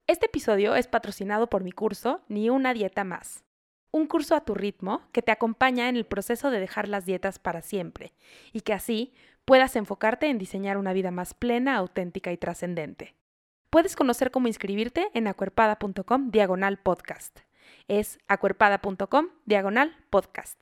Este episodio es patrocinado por mi curso Ni una dieta más. Un curso a tu ritmo que te acompaña en el proceso de dejar las dietas para siempre y que así puedas enfocarte en diseñar una vida más plena, auténtica y trascendente. Puedes conocer cómo inscribirte en acuerpada.com/podcast. Es acuerpada.com/podcast.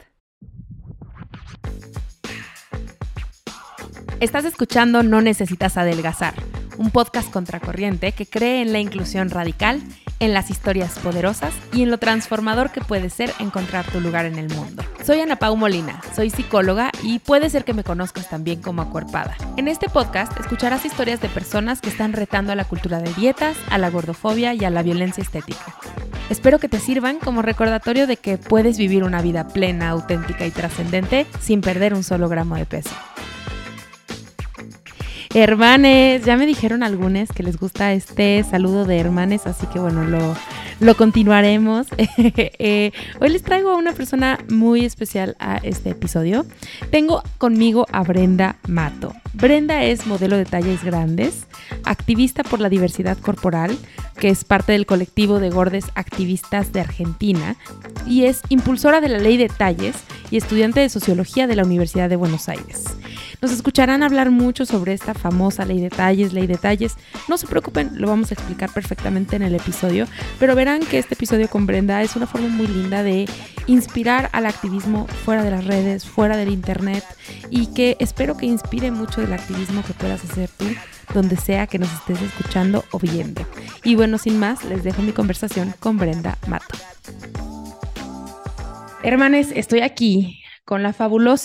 Estás escuchando No Necesitas Adelgazar, un podcast contracorriente que cree en la inclusión radical, en las historias poderosas y en lo transformador que puede ser encontrar tu lugar en el mundo. Soy Ana Pau Molina, soy psicóloga y puede ser que me conozcas también como Acuerpada. En este podcast escucharás historias de personas que están retando a la cultura de dietas, a la gordofobia y a la violencia estética. Espero que te sirvan como recordatorio de que puedes vivir una vida plena, auténtica y trascendente sin perder un solo gramo de peso. Hermanes, ya me dijeron algunos que les gusta este saludo de hermanes, así que bueno, lo continuaremos. Hoy les traigo a una persona muy especial a este episodio. Tengo conmigo a Brenda Mato. Brenda es modelo de tallas grandes, activista por la diversidad corporal, que es parte del colectivo de gordes activistas de Argentina, y es impulsora de la ley de talles y estudiante de sociología de la Universidad de Buenos Aires. Nos escucharán hablar mucho sobre esta famosa ley de talles. No se preocupen, lo vamos a explicar perfectamente en el episodio, pero verán que este episodio con Brenda es una forma muy linda de inspirar al activismo fuera de las redes, fuera del internet, y que espero que inspire mucho del activismo que puedas hacer tú, donde sea que nos estés escuchando o viendo. Y bueno, sin más, les dejo mi conversación con Brenda Mato. Hermanes, estoy aquí con la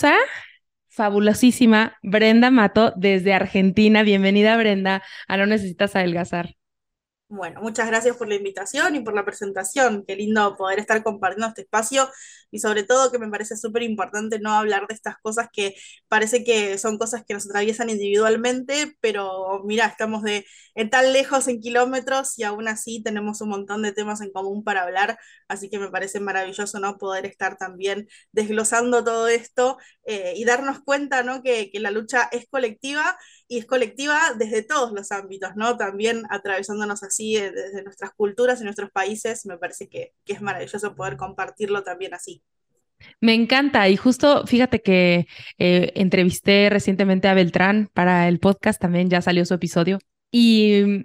fabulosísima Brenda Mato desde Argentina. Bienvenida, Brenda, a No Necesitas Adelgazar. Bueno, muchas gracias por la invitación y por la presentación. Qué lindo poder estar compartiendo este espacio y sobre todo que me parece súper importante no hablar de estas cosas que parece que son cosas que nos atraviesan individualmente, pero mira, estamos en tan lejos en kilómetros y aún así tenemos un montón de temas en común para hablar, así que me parece maravilloso, ¿no? Poder estar también desglosando todo esto y darnos cuenta, ¿no? Que la lucha es colectiva y es colectiva desde todos los ámbitos, ¿no? También atravesándonos así desde nuestras culturas y nuestros países, me parece que es maravilloso poder compartirlo también así. Me encanta y justo fíjate que entrevisté recientemente a Beltrán para el podcast, también ya salió su episodio y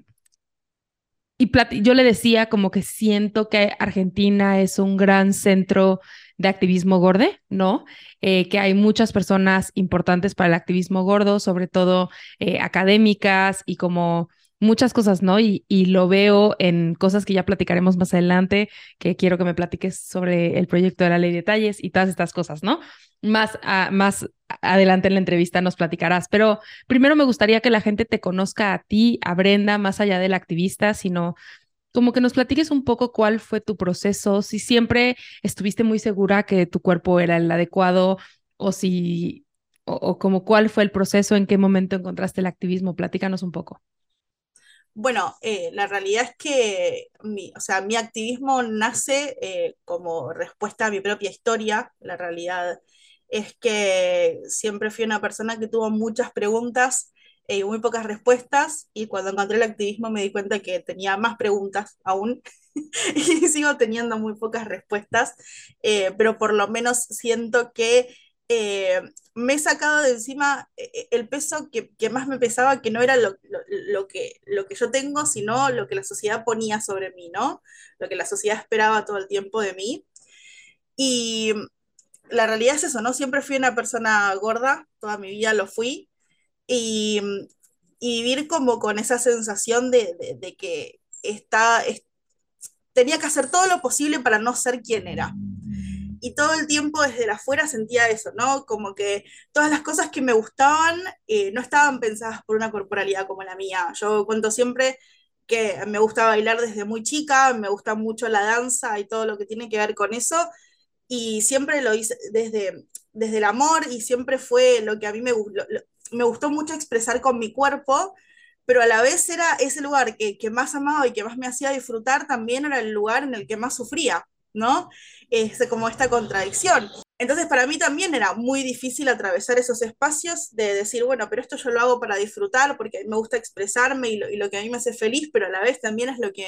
yo le decía como que siento que Argentina es un gran centro de activismo gorde, ¿no? Que hay muchas personas importantes para el activismo gordo, sobre todo académicas y como muchas cosas, ¿no? Y lo veo en cosas que ya platicaremos más adelante, que quiero que me platiques sobre el proyecto de la ley de detalles y todas estas cosas, ¿no? Más adelante en la entrevista nos platicarás, pero primero me gustaría que la gente te conozca a ti, a Brenda, más allá del activista, sino como que nos platiques un poco cuál fue tu proceso, si siempre estuviste muy segura que tu cuerpo era el adecuado o si, o como cuál fue el proceso, en qué momento encontraste el activismo. Platícanos un poco. Bueno, la realidad es que o sea, mi activismo nace como respuesta a mi propia historia. La realidad es que siempre fui una persona que tuvo muchas preguntas y muy pocas respuestas, y cuando encontré el activismo me di cuenta que tenía más preguntas aún y sigo teniendo muy pocas respuestas, pero por lo menos siento que eh, me he sacado de encima el peso que más me pesaba, que no era lo que yo tengo, sino lo que la sociedad ponía sobre mí, ¿no? Lo que la sociedad esperaba todo el tiempo de mí. Y la realidad es eso, ¿no? Siempre fui una persona gorda, toda mi vida lo fui, y, y vivir como con esa sensación de que tenía que hacer todo lo posible para no ser quien era. Y todo el tiempo desde la afuera sentía eso, ¿no? Como que todas las cosas que me gustaban no estaban pensadas por una corporalidad como la mía. Yo cuento siempre que me gusta bailar desde muy chica, me gusta mucho la danza y todo lo que tiene que ver con eso, y siempre lo hice desde el amor, y siempre fue lo que a mí me gustó mucho expresar con mi cuerpo, pero a la vez era ese lugar que más amaba y que más me hacía disfrutar, también era el lugar en el que más sufría, ¿no? Es como esta contradicción. Entonces para mí también era muy difícil atravesar esos espacios de decir, bueno, pero esto yo lo hago para disfrutar porque me gusta expresarme y lo que a mí me hace feliz, pero a la vez también es lo que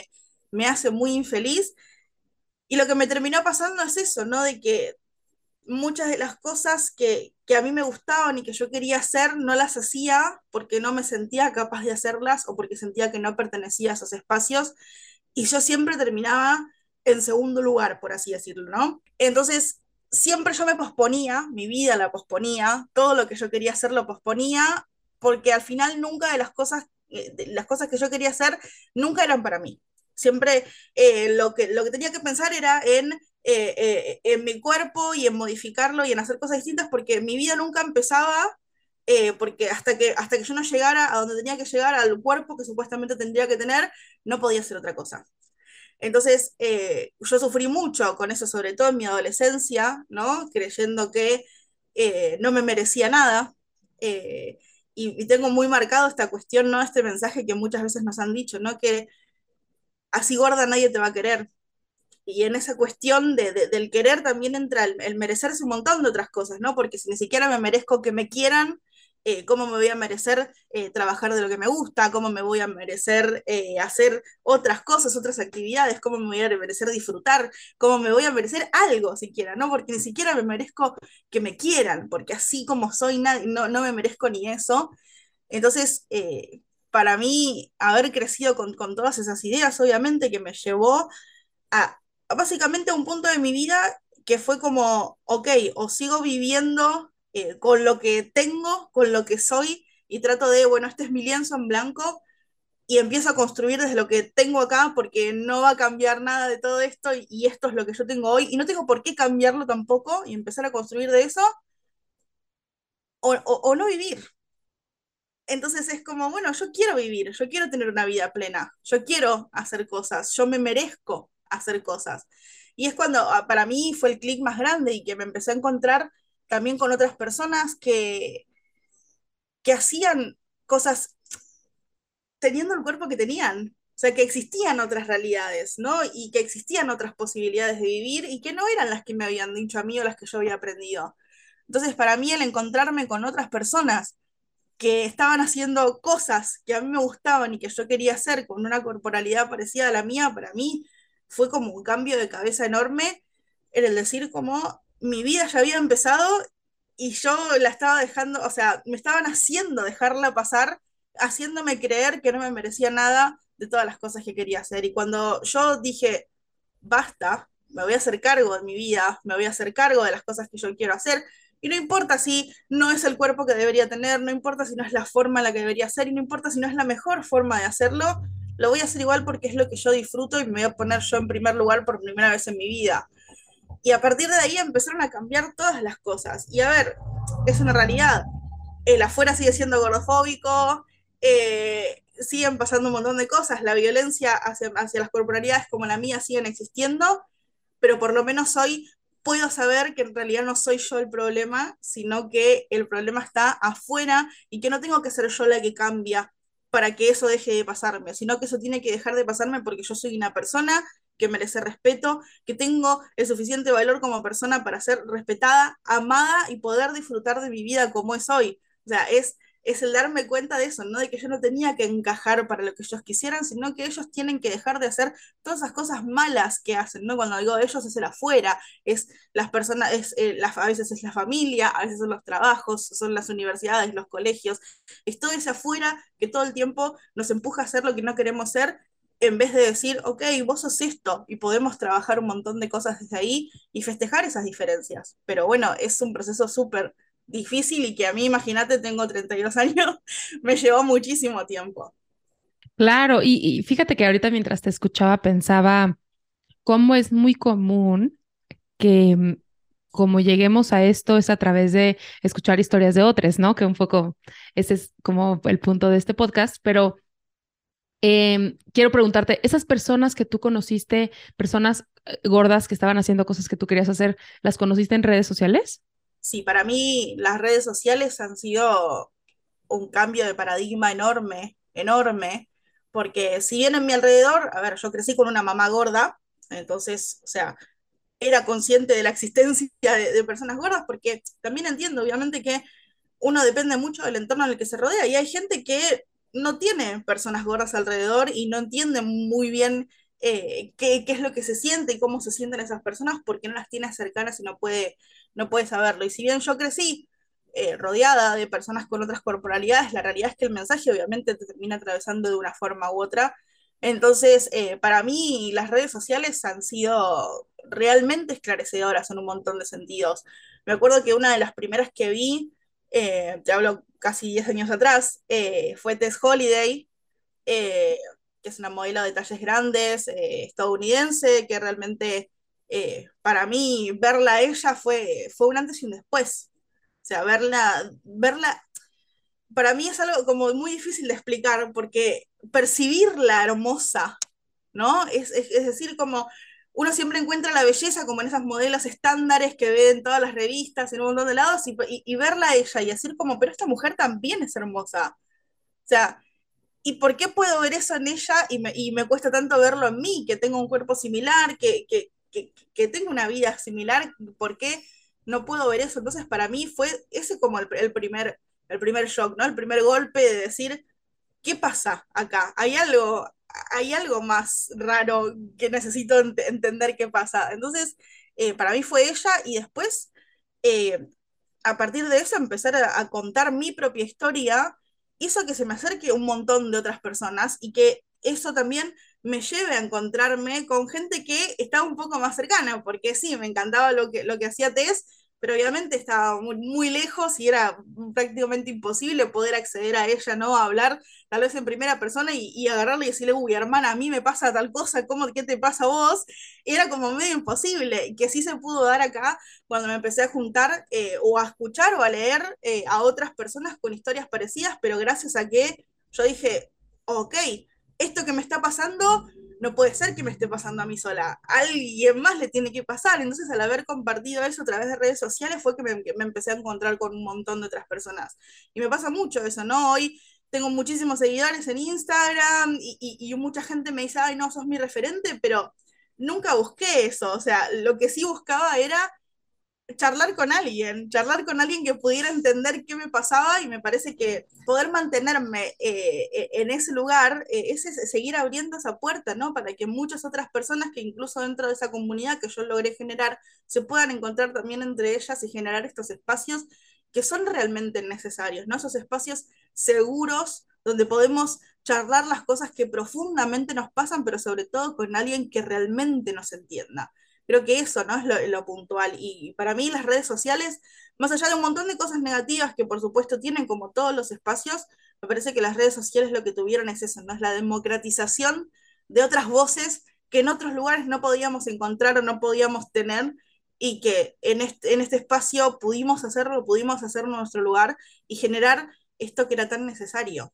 me hace muy infeliz. Y lo que me terminó pasando es eso, ¿no? De que muchas de las cosas que a mí me gustaban y que yo quería hacer, no las hacía porque no me sentía capaz de hacerlas o porque sentía que no pertenecía a esos espacios. Y yo siempre terminaba en segundo lugar, por así decirlo, ¿no? Entonces, siempre yo me posponía, mi vida la posponía, todo lo que yo quería hacer lo posponía, porque al final nunca de las cosas que yo quería hacer, nunca eran para mí. Siempre lo que tenía que pensar era en mi cuerpo y en modificarlo y en hacer cosas distintas, porque mi vida nunca empezaba, porque hasta que yo no llegara a donde tenía que llegar, al cuerpo que supuestamente tendría que tener, no podía hacer otra cosa. Entonces, yo sufrí mucho con eso, sobre todo en mi adolescencia, ¿no? Creyendo que no me merecía nada. eh, y tengo muy marcado esta cuestión, ¿no? Este mensaje que muchas veces nos han dicho, ¿no? Que así gorda nadie te va a querer. Y en esa cuestión del querer también entra el merecerse un montón de otras cosas, ¿no? Porque si ni siquiera me merezco que me quieran, ¿cómo me voy a merecer trabajar de lo que me gusta? ¿Cómo me voy a merecer hacer otras cosas, otras actividades? ¿Cómo me voy a merecer disfrutar? ¿Cómo me voy a merecer algo siquiera, ¿no? Porque ni siquiera me merezco que me quieran, porque así como soy, no me merezco ni eso. Entonces, para mí, haber crecido con todas esas ideas, obviamente, que me llevó a, básicamente a un punto de mi vida que fue como, ok, o sigo viviendo con lo que tengo, con lo que soy, y trato de, bueno, este es mi lienzo en blanco, y empiezo a construir desde lo que tengo acá, porque no va a cambiar nada de todo esto, y esto es lo que yo tengo hoy, y no tengo por qué cambiarlo tampoco, y empezar a construir de eso, o no vivir. Entonces es como, bueno, yo quiero vivir, yo quiero tener una vida plena, yo quiero hacer cosas, yo me merezco hacer cosas. Y es cuando para mí fue el clic más grande y que me empecé a encontrar también con otras personas que hacían cosas teniendo el cuerpo que tenían. O sea, que existían otras realidades, ¿no? Y que existían otras posibilidades de vivir y que no eran las que me habían dicho a mí o las que yo había aprendido. Entonces, para mí el encontrarme con otras personas que estaban haciendo cosas que a mí me gustaban y que yo quería hacer con una corporalidad parecida a la mía, para mí fue como un cambio de cabeza enorme en el decir como mi vida ya había empezado y yo la estaba dejando, o sea, me estaban haciendo dejarla pasar, haciéndome creer que no me merecía nada de todas las cosas que quería hacer. Y cuando yo dije, basta, me voy a hacer cargo de mi vida, me voy a hacer cargo de las cosas que yo quiero hacer, y no importa si no es el cuerpo que debería tener, no importa si no es la forma en la que debería ser, y no importa si no es la mejor forma de hacerlo, lo voy a hacer igual porque es lo que yo disfruto y me voy a poner yo en primer lugar por primera vez en mi vida. Y a partir de ahí empezaron a cambiar todas las cosas. Y a ver, es una realidad. El afuera sigue siendo gordofóbico, siguen pasando un montón de cosas, la violencia hacia las corporalidades como la mía siguen existiendo, pero por lo menos hoy puedo saber que en realidad no soy yo el problema, sino que el problema está afuera y que no tengo que ser yo la que cambia para que eso deje de pasarme, sino que eso tiene que dejar de pasarme porque yo soy una persona que merece respeto, que tengo el suficiente valor como persona para ser respetada, amada y poder disfrutar de mi vida como es hoy. O sea, es el darme cuenta de eso, ¿no? De que yo no tenía que encajar para lo que ellos quisieran, sino que ellos tienen que dejar de hacer todas esas cosas malas que hacen, ¿no? Cuando digo ellos es el afuera, es las personas, a veces es la familia, a veces son los trabajos, son las universidades, los colegios, es todo ese afuera que todo el tiempo nos empuja a hacer lo que no queremos ser, en vez de decir, ok, vos sos esto, y podemos trabajar un montón de cosas desde ahí y festejar esas diferencias. Pero bueno, es un proceso súper difícil y que a mí, imagínate, tengo 32 años, me llevó muchísimo tiempo. Claro, y fíjate que ahorita mientras te escuchaba pensaba cómo es muy común que como lleguemos a esto es a través de escuchar historias de otros, ¿no? Que un poco ese es como el punto de este podcast, pero quiero preguntarte, esas personas que tú conociste, personas gordas que estaban haciendo cosas que tú querías hacer, ¿las conociste en redes sociales? Sí, para mí las redes sociales han sido un cambio de paradigma enorme, enorme, porque si bien en mi alrededor, a ver, yo crecí con una mamá gorda, entonces, o sea, era consciente de la existencia de personas gordas, porque también entiendo, obviamente, que uno depende mucho del entorno en el que se rodea, y hay gente que no tiene personas gordas alrededor y no entiende muy bien qué es lo que se siente y cómo se sienten esas personas, porque no las tiene cercanas y no puede saberlo. Y si bien yo crecí rodeada de personas con otras corporalidades, la realidad es que el mensaje obviamente te termina atravesando de una forma u otra. Entonces, para mí las redes sociales han sido realmente esclarecedoras en un montón de sentidos. Me acuerdo que una de las primeras que vi, te hablo casi 10 años atrás, fue Tess Holiday, eh, que es una modelo de talles grandes, estadounidense, que realmente para mí verla a ella fue un antes y un después. O sea, verla, para mí es algo como muy difícil de explicar, porque percibirla hermosa, ¿no? Es decir, como uno siempre encuentra la belleza como en esas modelos estándares que ve en todas las revistas, en un montón de lados, y verla a ella y decir como, pero esta mujer también es hermosa. O sea, ¿y por qué puedo ver eso en ella y me cuesta tanto verlo en mí, que tengo un cuerpo similar, que tengo una vida similar? ¿Por qué no puedo ver eso? Entonces, para mí fue ese como el primer shock, ¿no? El primer golpe de decir, ¿qué pasa acá? Hay algo más raro que necesito entender qué pasa. Entonces, para mí fue ella y después, eh, a partir de eso, empezar a contar mi propia historia hizo que se me acerque un montón de otras personas y que eso también me lleve a encontrarme con gente que estaba un poco más cercana, porque sí, me encantaba lo que hacía Tess, pero obviamente estaba muy lejos y era prácticamente imposible poder acceder a ella, ¿no? A hablar tal vez en primera persona y agarrarle y decirle, uy, hermana, a mí me pasa tal cosa, ¿qué te pasa a vos? Era como medio imposible, que sí se pudo dar acá cuando me empecé a juntar o a escuchar o a leer a otras personas con historias parecidas, pero gracias a que yo dije, ok, esto que me está pasando no puede ser que me esté pasando a mí sola, a alguien más le tiene que pasar. Entonces, al haber compartido eso a través de redes sociales, fue que me empecé a encontrar con un montón de otras personas. Y me pasa mucho eso, ¿no? Hoy tengo muchísimos seguidores en Instagram y mucha gente me dice, ay, no, sos mi referente, pero nunca busqué eso. O sea, lo que sí buscaba era charlar con alguien que pudiera entender qué me pasaba y me parece que poder mantenerme en ese lugar es seguir abriendo esa puerta, ¿no? Para que muchas otras personas que incluso dentro de esa comunidad que yo logré generar se puedan encontrar también entre ellas y generar estos espacios que son realmente necesarios, ¿no? Esos espacios seguros donde podemos charlar las cosas que profundamente nos pasan, pero sobre todo con alguien que realmente nos entienda. Creo que eso, ¿no? Es lo puntual. Y para mí las redes sociales, más allá de un montón de cosas negativas que por supuesto tienen como todos los espacios, me parece que las redes sociales lo que tuvieron es eso, ¿no? Es la democratización de otras voces que en otros lugares no podíamos encontrar o no podíamos tener y que en este espacio pudimos hacerlo, pudimos hacerlo en nuestro lugar y generar esto que era tan necesario.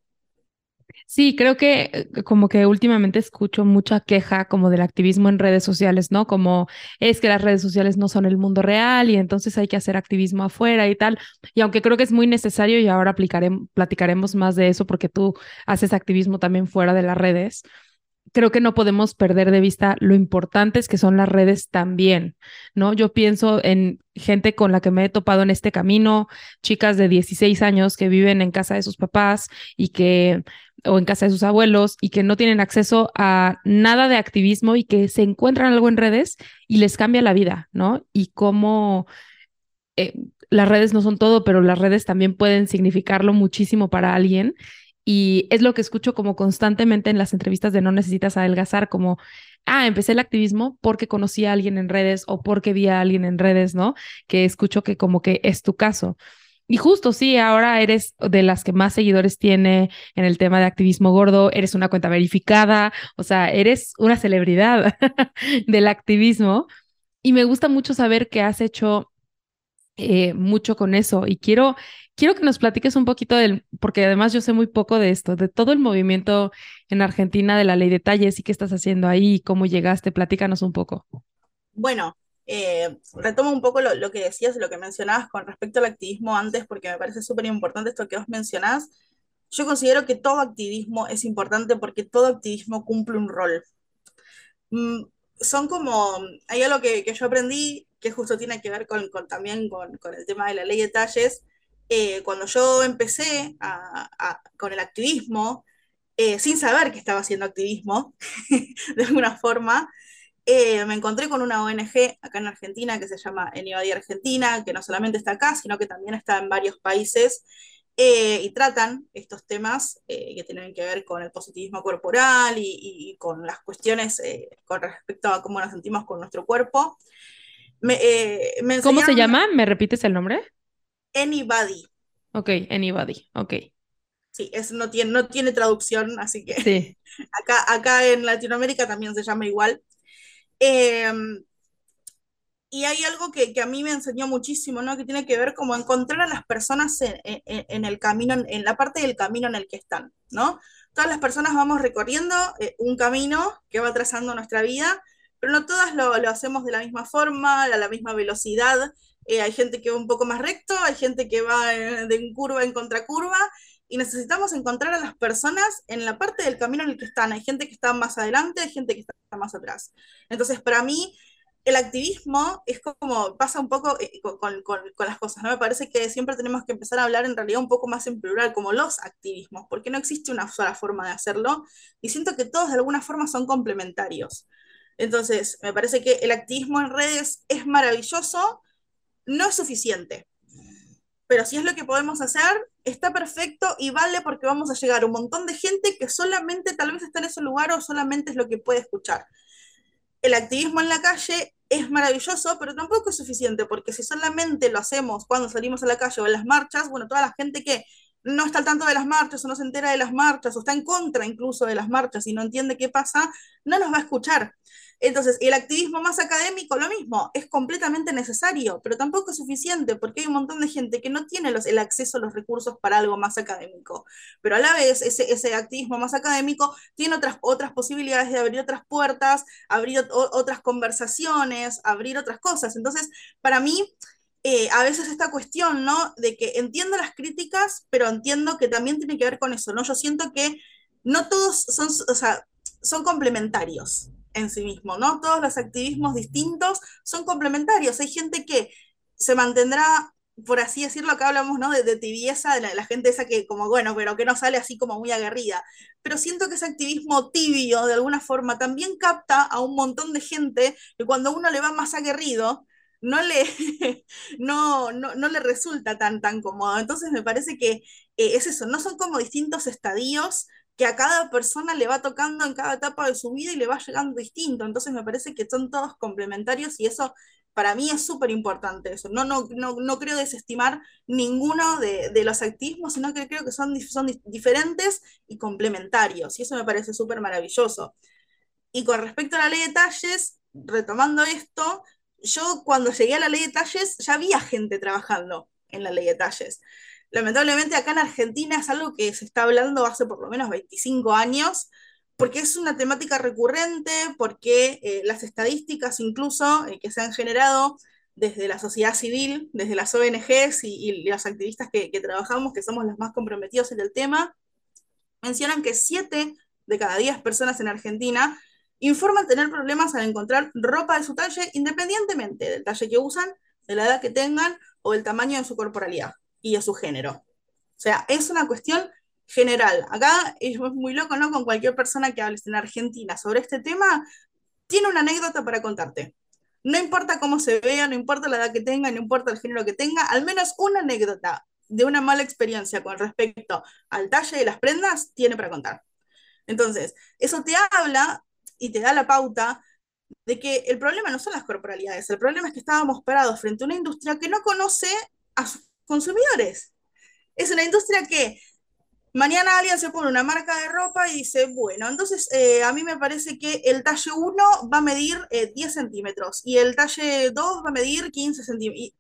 Sí, creo que como que últimamente escucho mucha queja como del activismo en redes sociales, ¿no? Como es que las redes sociales no son el mundo real y entonces hay que hacer activismo afuera y tal. Y aunque creo que es muy necesario y ahora platicaremos más de eso porque tú haces activismo también fuera de las redes, creo que no podemos perder de vista lo importantes que son las redes también, ¿no? Yo pienso en gente con la que me he topado en este camino, chicas de 16 años que viven en casa de sus papás y que, o en casa de sus abuelos y que no tienen acceso a nada de activismo y que se encuentran algo en redes y les cambia la vida, ¿no? Y cómo eh, las redes no son todo, pero las redes también pueden significarlo muchísimo para alguien. Y es lo que escucho como constantemente en las entrevistas de No Necesitas Adelgazar, como, empecé el activismo porque conocí a alguien en redes o porque vi a alguien en redes, ¿no? Que escucho que como que es tu caso. Y justo sí, ahora eres de las que más seguidores tiene en el tema de activismo gordo, eres una cuenta verificada, o sea, eres una celebridad del activismo. Y me gusta mucho saber que has hecho mucho con eso y quiero que nos platiques un poquito porque además yo sé muy poco de esto, de todo el movimiento en Argentina de la ley de talles y qué estás haciendo ahí, cómo llegaste, platícanos un poco. Bueno, retomo un poco lo que decías, lo que mencionabas con respecto al activismo antes, porque me parece súper importante esto que vos mencionás. Yo considero que todo activismo es importante porque todo activismo cumple un rol. Mm, son como, hay algo que yo aprendí que justo tiene que ver también con el tema de la ley de talles. Cuando yo empecé con el activismo, sin saber que estaba haciendo activismo, de alguna forma. Me encontré con una ONG acá en Argentina que se llama Anybody Argentina, que no solamente está acá, sino que también está en varios países y tratan estos temas que tienen que ver con el positivismo corporal y con las cuestiones con respecto a cómo nos sentimos con nuestro cuerpo. Me ¿Cómo se enseñaron llama? ¿Me repites el nombre? Anybody. Ok, Anybody. Ok. Sí, no tiene traducción, así que Sí. acá en Latinoamérica también se llama igual. Eh, y hay algo que a mí me enseñó muchísimo, ¿no? Que tiene que ver como encontrar a las personas en el camino, en la parte del camino en el que están, ¿no? Todas las personas vamos recorriendo un camino que va trazando nuestra vida, pero no todas lo hacemos de la misma forma, a la misma velocidad. Hay gente que va un poco más recto, hay gente que va de curva en contracurva, y necesitamos encontrar a las personas en la parte del camino en el que están. Hay gente que está más adelante, hay gente que está más atrás. Entonces, para mí, el activismo es como pasa un poco con las cosas, ¿no? Me parece que siempre tenemos que empezar a hablar en realidad un poco más en plural, como los activismos, porque no existe una sola forma de hacerlo, y siento que todos de alguna forma son complementarios. Entonces, me parece que el activismo en redes es maravilloso, no es suficiente, pero si es lo que podemos hacer, está perfecto y vale porque vamos a llegar a un montón de gente que solamente tal vez está en ese lugar o solamente es lo que puede escuchar. El activismo en la calle es maravilloso, pero tampoco es suficiente, porque si solamente lo hacemos cuando salimos a la calle o en las marchas, bueno, toda la gente que no está al tanto de las marchas o no se entera de las marchas o está en contra incluso de las marchas y no entiende qué pasa, no nos va a escuchar. Entonces, el activismo más académico, lo mismo, es completamente necesario, pero tampoco es suficiente, porque hay un montón de gente que no tiene el acceso a los recursos para algo más académico. Pero a la vez, ese activismo más académico tiene otras posibilidades de abrir otras puertas, abrir otras conversaciones, abrir otras cosas. Entonces, para mí, a veces esta cuestión, ¿no? De que entiendo las críticas, pero entiendo que también tiene que ver con eso, ¿no? Yo siento que no todos son, o sea, son complementarios en sí mismos, ¿no? Todos los activismos distintos son complementarios. Hay gente que se mantendrá, por así decirlo, acá hablamos, ¿no? De tibieza, de la gente esa que como, bueno, pero que no sale así como muy aguerrida. Pero siento que ese activismo tibio, de alguna forma, también capta a un montón de gente que cuando uno le va más aguerrido, no le, no le resulta tan cómodo. Entonces me parece que es eso, no son como distintos estadios que a cada persona le va tocando en cada etapa de su vida y le va llegando distinto. Entonces me parece que son todos complementarios y eso para mí es súper importante. Eso. No creo desestimar ninguno de los activismos, sino que creo que son diferentes y complementarios. Y eso me parece súper maravilloso. Y con respecto a la ley de talles, retomando esto, yo cuando llegué a la ley de talles ya había gente trabajando en la ley de talles. Lamentablemente acá en Argentina es algo que se está hablando hace por lo menos 25 años, porque es una temática recurrente, porque las estadísticas incluso que se han generado desde la sociedad civil, desde las ONGs y los activistas que trabajamos, que somos los más comprometidos en el tema, mencionan que 7 de cada 10 personas en Argentina informan tener problemas al encontrar ropa de su talle, independientemente del talle que usan, de la edad que tengan o del tamaño de su corporalidad y de su género. O sea, es una cuestión general. Acá es muy loco, ¿no? Con cualquier persona que hables en Argentina sobre este tema, tiene una anécdota para contarte. No importa cómo se vea, no importa la edad que tenga, no importa el género que tenga, al menos una anécdota de una mala experiencia con respecto al talle de las prendas tiene para contar. Entonces, eso te habla y te da la pauta de que el problema no son las corporalidades, el problema es que estábamos parados frente a una industria que no conoce a sus consumidores. Es una industria que mañana alguien se pone una marca de ropa y dice, bueno, entonces a mí me parece que el talle uno va a medir 10 centímetros y el talle 2 va a medir 15 centímetros,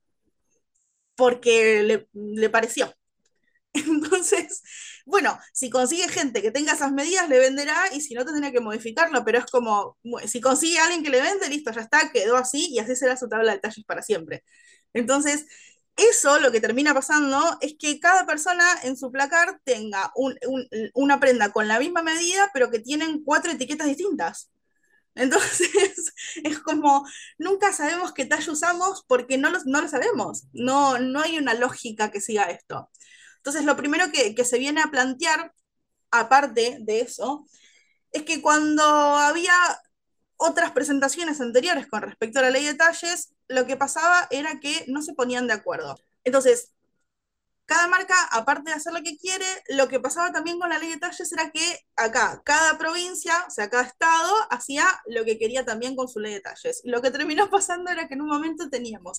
porque le pareció. Entonces, bueno, si consigue gente que tenga esas medidas, le venderá y si no, tendría que modificarlo, pero es como, si consigue alguien que le vende, listo, ya está, quedó así y así será su tabla de talles para siempre. Entonces, eso lo que termina pasando es que cada persona en su placar tenga una prenda con la misma medida, pero que tienen 4 etiquetas distintas. Entonces, es como, nunca sabemos qué talla usamos porque no lo sabemos. No hay una lógica que siga esto. Entonces, lo primero que se viene a plantear aparte de eso, es que cuando había otras presentaciones anteriores con respecto a la ley de talles, lo que pasaba era que no se ponían de acuerdo. Entonces, cada marca, aparte de hacer lo que quiere, lo que pasaba también con la ley de talles era que acá, cada provincia, o sea, cada estado, hacía lo que quería también con su ley de talles. Y lo que terminó pasando era que en un momento teníamos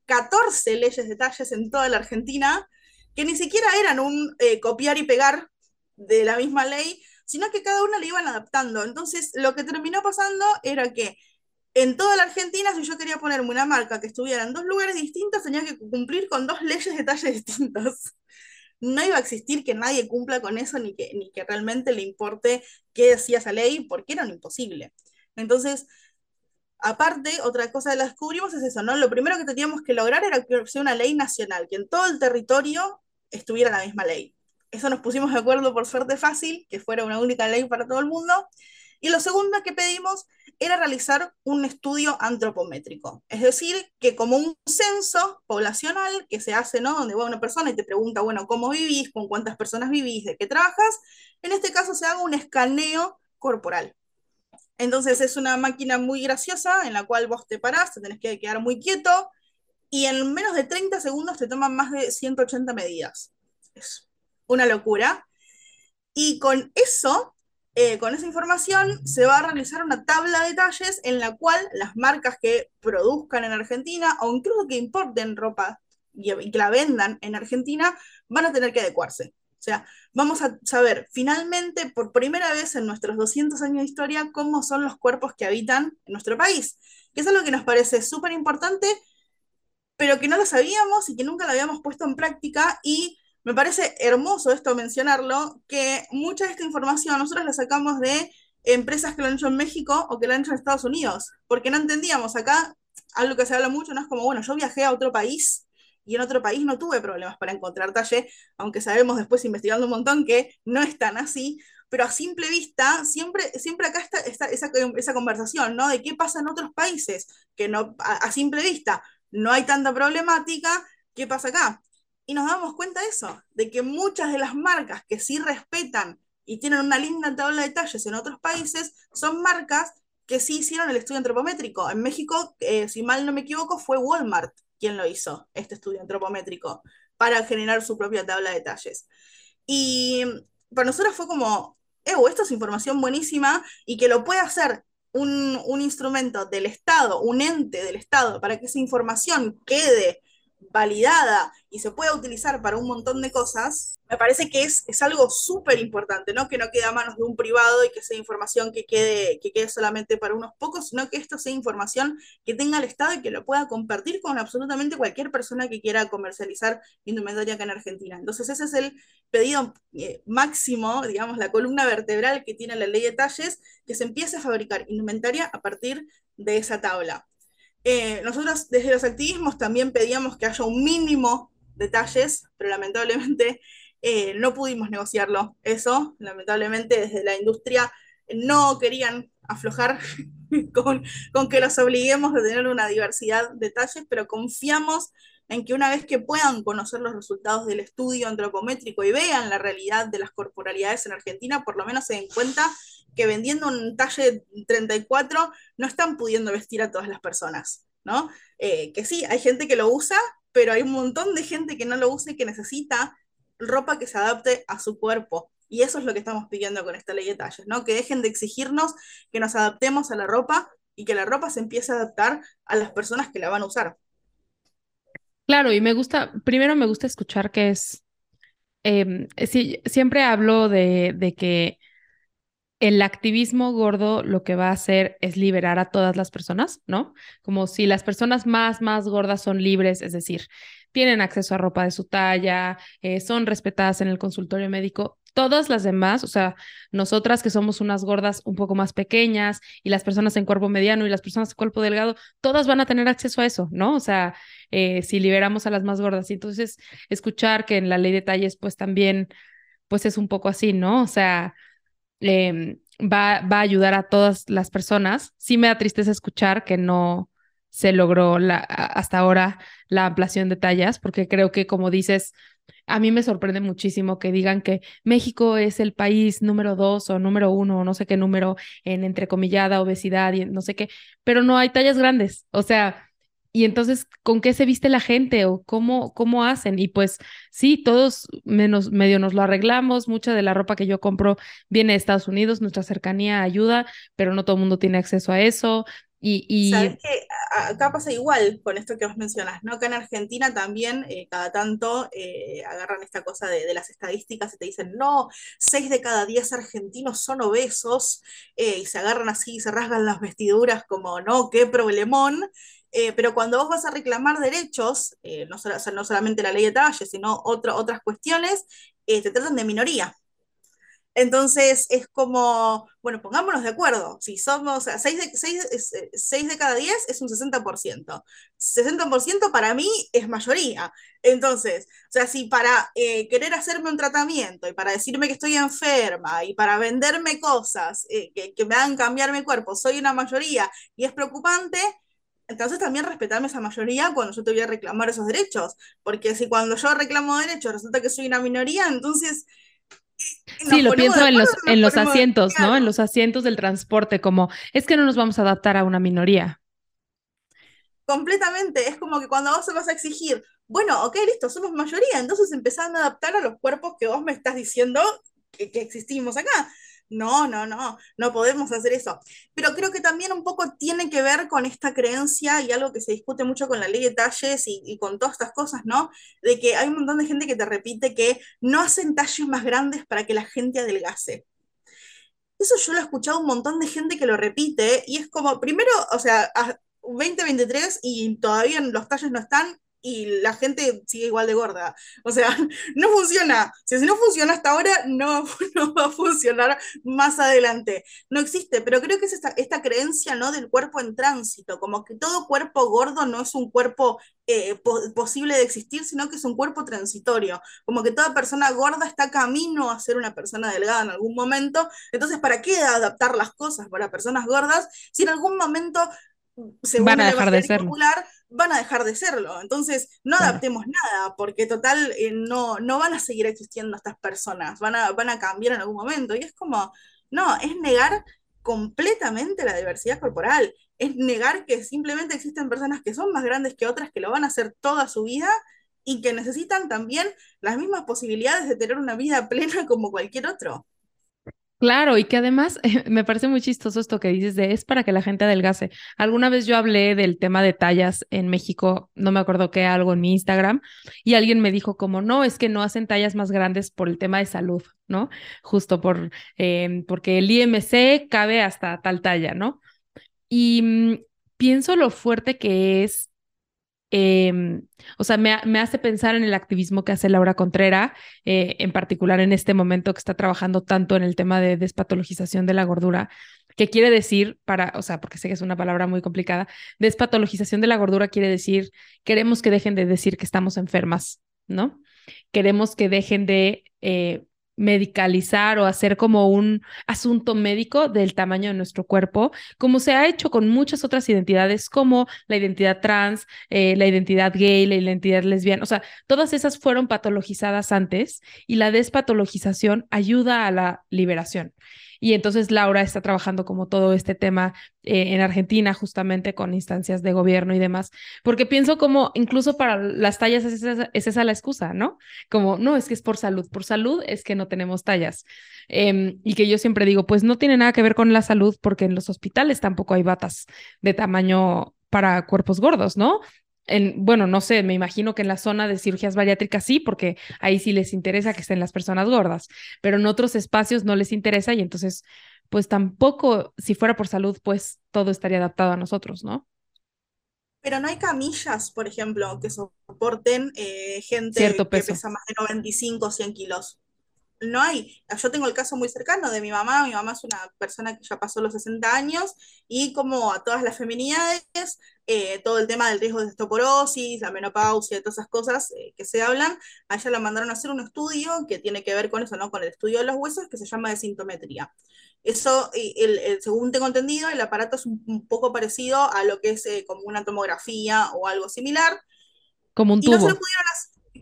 14 leyes de talles en toda la Argentina, que ni siquiera eran un copiar y pegar de la misma ley, sino que cada una le iban adaptando. Entonces, lo que terminó pasando era que en toda la Argentina, si yo quería ponerme una marca que estuviera en dos lugares distintos, tenía que cumplir con dos leyes de talles distintos. No iba a existir que nadie cumpla con eso, ni que realmente le importe qué decía esa ley, porque era un imposible. Entonces, aparte, otra cosa que la descubrimos es eso, ¿no? Lo primero que teníamos que lograr era que sea una ley nacional, que en todo el territorio estuviera la misma ley. Eso nos pusimos de acuerdo por suerte fácil, que fuera una única ley para todo el mundo. Y lo segundo que pedimos era realizar un estudio antropométrico, es decir, que como un censo poblacional que se hace, ¿no? Donde va una persona y te pregunta, bueno, ¿cómo vivís? ¿Con cuántas personas vivís? ¿De qué trabajas? En este caso se haga un escaneo corporal. Entonces es una máquina muy graciosa en la cual vos te parás, te tenés que quedar muy quieto y en menos de 30 segundos te toman más de 180 medidas. Es una locura. Y con eso, con esa información, se va a realizar una tabla de talles en la cual las marcas que produzcan en Argentina o incluso que importen ropa y que la vendan en Argentina van a tener que adecuarse. O sea, vamos a saber finalmente, por primera vez en nuestros 200 años de historia, cómo son los cuerpos que habitan en nuestro país, que es algo que nos parece súper importante, pero que no lo sabíamos y que nunca lo habíamos puesto en práctica y me parece hermoso esto mencionarlo, que mucha de esta información nosotros la sacamos de empresas que lo han hecho en México o que lo han hecho en Estados Unidos, porque no entendíamos acá, algo que se habla mucho, no es como, bueno, yo viajé a otro país y en otro país no tuve problemas para encontrar talle, aunque sabemos después investigando un montón que no es tan así, pero a simple vista, siempre acá está esa conversación, ¿no? De qué pasa en otros países, que no, a simple vista no hay tanta problemática, ¿qué pasa acá? Y nos damos cuenta de eso, de que muchas de las marcas que sí respetan y tienen una linda tabla de detalles en otros países son marcas que sí hicieron el estudio antropométrico. En México, si mal no me equivoco, fue Walmart quien lo hizo, este estudio antropométrico, para generar su propia tabla de detalles. Y para nosotros fue como, esto es información buenísima y que lo puede hacer un instrumento del Estado, un ente del Estado, para que esa información quede validada y se pueda utilizar para un montón de cosas, me parece que es algo súper importante, ¿no? Que no quede a manos de un privado y que sea información que quede solamente para unos pocos, sino que esto sea información que tenga el Estado y que lo pueda compartir con absolutamente cualquier persona que quiera comercializar indumentaria acá en Argentina. Entonces ese es el pedido máximo, digamos, la columna vertebral que tiene la ley de talles, que se empiece a fabricar indumentaria a partir de esa tabla. Nosotros desde los activismos también pedíamos que haya un mínimo de talles, pero lamentablemente no pudimos negociarlo. Eso, lamentablemente desde la industria no querían aflojar con que los obliguemos a tener una diversidad de talles, pero confiamos en que una vez que puedan conocer los resultados del estudio antropométrico y vean la realidad de las corporalidades en Argentina, por lo menos se den cuenta que vendiendo un talle 34 no están pudiendo vestir a todas las personas, ¿no? Que sí, hay gente que lo usa, pero hay un montón de gente que no lo usa y que necesita ropa que se adapte a su cuerpo. Y eso es lo que estamos pidiendo con esta ley de talles, ¿no? Que dejen de exigirnos que nos adaptemos a la ropa y que la ropa se empiece a adaptar a las personas que la van a usar. Claro, y me gusta, primero me gusta escuchar que sí, siempre hablo de que el activismo gordo lo que va a hacer es liberar a todas las personas, ¿no? Como si las personas más gordas son libres, es decir, tienen acceso a ropa de su talla, son respetadas en el consultorio médico. Todas las demás, o sea, nosotras que somos unas gordas un poco más pequeñas y las personas en cuerpo mediano y las personas en cuerpo delgado, todas van a tener acceso a eso, ¿no? O sea, si liberamos a las más gordas. Y entonces, escuchar que en la ley de talles, pues también, pues es un poco así, ¿no? O sea, va a ayudar a todas las personas. Sí me da tristeza escuchar que no se logró hasta ahora la ampliación de tallas, porque creo que, como dices, A mí me sorprende muchísimo que digan que México es el país número 2 o número 1 o no sé qué número en entrecomillada obesidad y no sé qué, pero no hay tallas grandes. O sea, y entonces, ¿con qué se viste la gente o cómo hacen? Y pues sí, todos menos medio nos lo arreglamos. Mucha de la ropa que yo compro viene de Estados Unidos, nuestra cercanía ayuda, pero no todo el mundo tiene acceso a eso. Sabes Y que acá pasa igual con esto que vos mencionas, ¿no? Acá en Argentina también cada tanto agarran esta cosa de las estadísticas y te dicen, no, 6 de cada 10 argentinos son obesos, y se agarran así y se rasgan las vestiduras como, no, qué problemón. Pero cuando vos vas a reclamar derechos, o sea, no solamente la ley de talle, sino otras cuestiones, te tratan de minoría. Entonces es como, bueno, pongámonos de acuerdo. Si somos 6 de cada 10 es un 60%. 60% para mí es mayoría. Entonces, o sea, si para querer hacerme un tratamiento y para decirme que estoy enferma y para venderme cosas que me hagan cambiar mi cuerpo, soy una mayoría y es preocupante, entonces también respetarme esa mayoría cuando yo te voy a reclamar esos derechos. Porque si cuando yo reclamo derechos resulta que soy una minoría, entonces sí, nos lo ponemos de pienso acuerdo o no en nos los ponemos de asientos, ¿no? En claro. los asientos del transporte, como es que no nos vamos a adaptar a una minoría. Completamente, es como que cuando vos se vas a exigir, bueno, ok, listo, somos mayoría, entonces empezás a adaptar a los cuerpos que vos me estás diciendo que existimos acá. No, no, no, no podemos hacer eso. Pero creo que también un poco tiene que ver con esta creencia y algo que se discute mucho con la ley de talles y con todas estas cosas, ¿no? De que hay un montón de gente que te repite que no hacen talles más grandes para que la gente adelgace. Eso yo lo he escuchado un montón de gente que lo repite y es como, primero, o sea, 2023 y todavía los talles no están y la gente sigue igual de gorda. O sea, no funciona. Si no funciona hasta ahora, no, no va a funcionar más adelante. No existe, pero creo que es esta creencia, ¿no? Del cuerpo en tránsito, como que todo cuerpo gordo no es un cuerpo posible de existir, sino que es un cuerpo transitorio. Como que toda persona gorda está camino a ser una persona delgada en algún momento, entonces, ¿para qué adaptar las cosas para personas gordas si en algún momento, Van según a el dejar de imaginario serlo. popular, van a dejar de serlo? Entonces, no Claro. adaptemos nada, porque total, no van a seguir existiendo estas personas, van a cambiar en algún momento. Y es como, no, es negar completamente la diversidad corporal, es negar que simplemente existen personas que son más grandes que otras, que lo van a hacer toda su vida y que necesitan también las mismas posibilidades de tener una vida plena como cualquier otro. Claro, y que además me parece muy chistoso esto que dices de es para que la gente adelgace. Alguna vez yo hablé del tema de tallas en México, no me acuerdo qué, algo en mi Instagram, y alguien me dijo como, no, es que no hacen tallas más grandes por el tema de salud, ¿no? Justo porque el IMC cabe hasta tal talla, ¿no? Y pienso lo fuerte que es o sea, me hace pensar en el activismo que hace Laura Contrera, en particular en este momento que está trabajando tanto en el tema de despatologización de la gordura, que quiere decir, o sea, porque sé que es una palabra muy complicada, despatologización de la gordura quiere decir, queremos que dejen de decir que estamos enfermas, ¿no? Queremos que dejen de medicalizar o hacer como un asunto médico del tamaño de nuestro cuerpo, como se ha hecho con muchas otras identidades, como la identidad trans, la identidad gay, la identidad lesbiana, o sea, todas esas fueron patologizadas antes y la despatologización ayuda a la liberación. Y entonces Laura está trabajando como todo este tema en Argentina, justamente con instancias de gobierno y demás, porque pienso como incluso para las tallas es esa la excusa, ¿no? Como, no, es que es por salud es que no tenemos tallas. Y que yo siempre digo, pues no tiene nada que ver con la salud porque en los hospitales tampoco hay batas de tamaño para cuerpos gordos, ¿no? Bueno, no sé, me imagino que en la zona de cirugías bariátricas sí, porque ahí sí les interesa que estén las personas gordas, pero en otros espacios no les interesa y entonces, pues tampoco, si fuera por salud, pues todo estaría adaptado a nosotros, ¿no? Pero no hay camillas, por ejemplo, que soporten gente Cierto que peso. pesa más de 95 o 100 kilos. No hay. Yo tengo el caso muy cercano de mi mamá. Mi mamá es una persona que ya pasó los 60 años y como a todas las feminidades, todo el tema del riesgo de osteoporosis, la menopausia, todas esas cosas que se hablan, a ella la mandaron a hacer un estudio que tiene que ver con eso, ¿no? Con el estudio de los huesos que se llama de sintometría. Eso, según tengo entendido, el aparato es un poco parecido a lo que es como una tomografía o algo similar, Como un y no se lo tubo. pudieron hacer.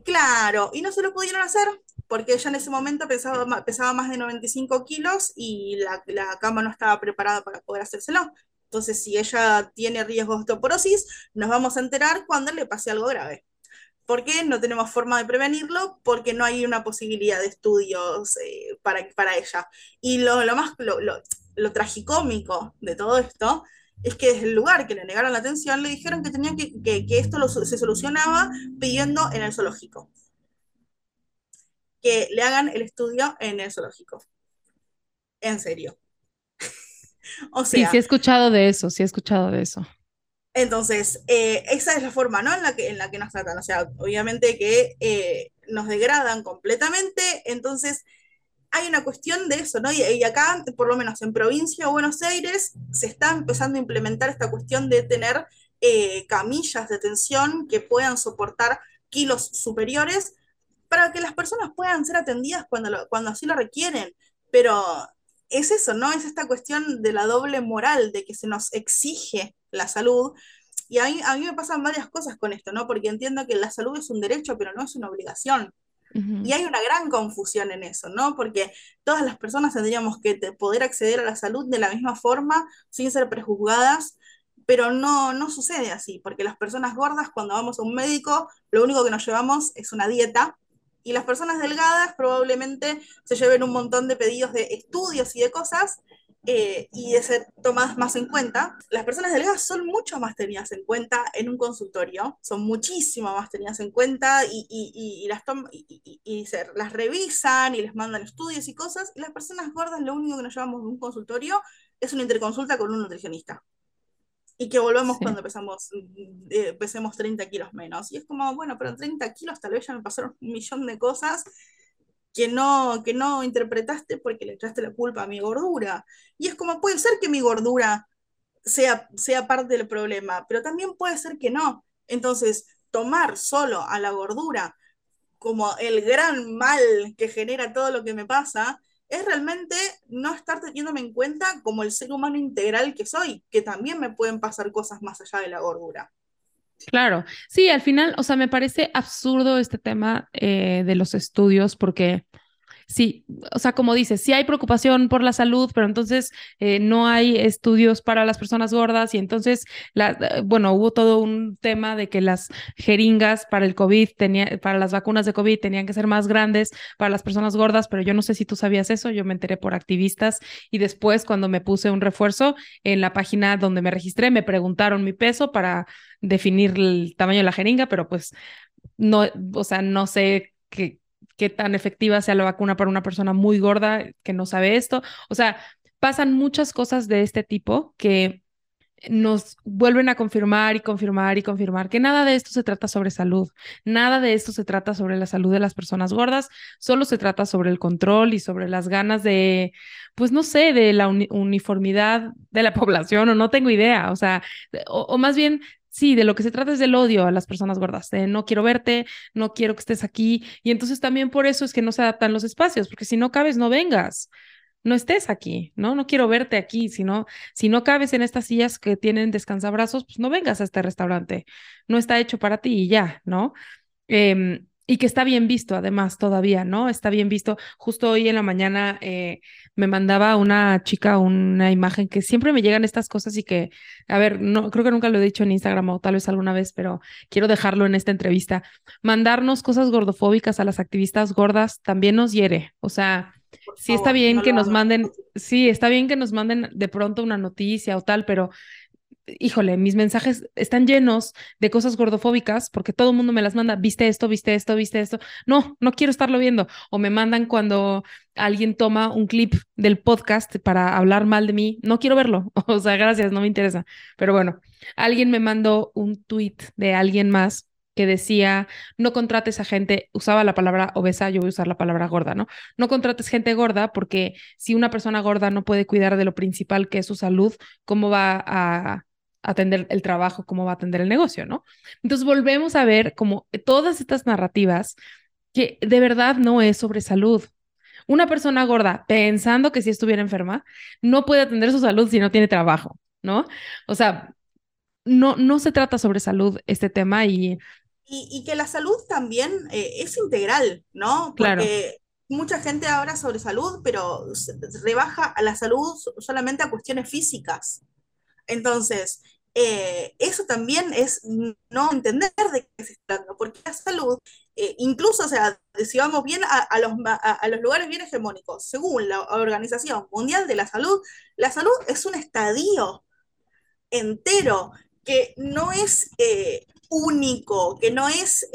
Claro, y no se lo pudieron hacer porque ella en ese momento pesaba más de 95 kilos y la cama no estaba preparada para poder hacérselo. Entonces, si ella tiene riesgo de osteoporosis, nos vamos a enterar cuando le pase algo grave. ¿Por qué? No tenemos forma de prevenirlo porque no hay una posibilidad de estudios para ella. Y lo tragicómico de todo esto es que desde el lugar que le negaron la atención le dijeron que tenían que esto se solucionaba pidiendo en el zoológico, que le hagan el estudio en el zoológico. En serio. O Sí, sí sea, he escuchado de eso, sí he escuchado de eso. entonces, esa es la forma, ¿no? En la que nos tratan. O sea, obviamente que nos degradan completamente. Entonces, hay una cuestión de eso, ¿no? Y acá, por lo menos en provincia de Buenos Aires, se está empezando a implementar esta cuestión de tener camillas de tensión que puedan soportar kilos superiores para que las personas puedan ser atendidas cuando así lo requieren. Pero es eso, ¿no? Es esta cuestión de la doble moral, de que se nos exige la salud. Y a mí me pasan varias cosas con esto, ¿no? Porque entiendo que la salud es un derecho, pero no es una obligación. Y Ujú. hay una gran confusión en eso, ¿no? Porque todas las personas tendríamos que poder acceder a la salud de la misma forma, sin ser prejuzgadas, pero no sucede así, porque las personas gordas, cuando vamos a un médico, lo único que nos llevamos es una dieta, y las personas delgadas probablemente se lleven un montón de pedidos de estudios y de cosas, y de ser tomadas más en cuenta. Las personas delgadas son mucho más tenidas en cuenta en un consultorio, son muchísimo más tenidas en cuenta las revisan y les mandan estudios y cosas. Y las personas gordas lo único que nos llevamos de un consultorio es una interconsulta con un nutricionista. Y que volvamos Sí. cuando pesemos 30 kilos menos. Y es como, bueno, pero en 30 kilos tal vez ya me pasaron un millón de cosas que no interpretaste porque le echaste la culpa a mi gordura. Y es como, puede ser que mi gordura sea parte del problema, pero también puede ser que no. Entonces, tomar solo a la gordura como el gran mal que genera todo lo que me pasa, es realmente no estar teniéndome en cuenta como el ser humano integral que soy, que también me pueden pasar cosas más allá de la gordura. Claro, sí, al final, o sea, me parece absurdo este tema de los estudios porque sí, o sea, como dices, sí hay preocupación por la salud, pero entonces no hay estudios para las personas gordas y entonces, bueno, hubo todo un tema de que las jeringas para el COVID, para las vacunas de COVID tenían que ser más grandes para las personas gordas, pero yo no sé si tú sabías eso, yo me enteré por activistas y después cuando me puse un refuerzo en la página donde me registré, me preguntaron mi peso para definir el tamaño de la jeringa, pero pues no, o sea, no sé qué tan efectiva sea la vacuna para una persona muy gorda que no sabe esto. O sea, pasan muchas cosas de este tipo que nos vuelven a confirmar y confirmar y confirmar que nada de esto se trata sobre salud, nada de esto se trata sobre la salud de las personas gordas, solo se trata sobre el control y sobre las ganas de, pues no sé, de la uniformidad de la población o no tengo idea, o sea, o más bien... Sí, de lo que se trata es del odio a las personas gordas, de no quiero verte, no quiero que estés aquí, y entonces también por eso es que no se adaptan los espacios, porque si no cabes, no vengas, no estés aquí, ¿no? No quiero verte aquí, si no cabes en estas sillas que tienen descansabrazos, pues no vengas a este restaurante, no está hecho para ti y ya, ¿no? Y que está bien visto, además, todavía, ¿no? Está bien visto. Justo hoy en la mañana me mandaba una chica una imagen que siempre me llegan estas cosas y que, a ver, no, creo que nunca lo he dicho en Instagram o tal vez alguna vez, pero quiero dejarlo en esta entrevista. Mandarnos cosas gordofóbicas a las activistas gordas también nos hiere. O sea, Por sí está favor, bien no que lo nos hagan. manden, sí, está bien que nos manden de pronto una noticia o tal, pero híjole, mis mensajes están llenos de cosas gordofóbicas porque todo el mundo me las manda, viste esto, viste esto, viste esto. No, no quiero estarlo viendo. O me mandan cuando alguien toma un clip del podcast para hablar mal de mí. No quiero verlo. O sea, gracias, no me interesa. Pero bueno, alguien me mandó un tweet de alguien más que decía, no contrates a gente, usaba la palabra obesa, yo voy a usar la palabra gorda, ¿no? No contrates gente gorda porque si una persona gorda no puede cuidar de lo principal que es su salud, ¿cómo va a atender el trabajo, cómo va a atender el negocio, ¿no? Entonces volvemos a ver como todas estas narrativas que de verdad no es sobre salud. Una persona gorda, pensando que si estuviera enferma, no puede atender su salud si no tiene trabajo, ¿no? O sea, no se trata sobre salud este tema y Y que la salud también es integral, ¿no? Claro. Porque mucha gente habla sobre salud, pero rebaja a la salud solamente a cuestiones físicas. Entonces, eso también es no entender de qué se está hablando, porque la salud, incluso, o sea, si vamos bien a los lugares bien hegemónicos, según la Organización Mundial de la salud es un estadio entero, que no es único, que no es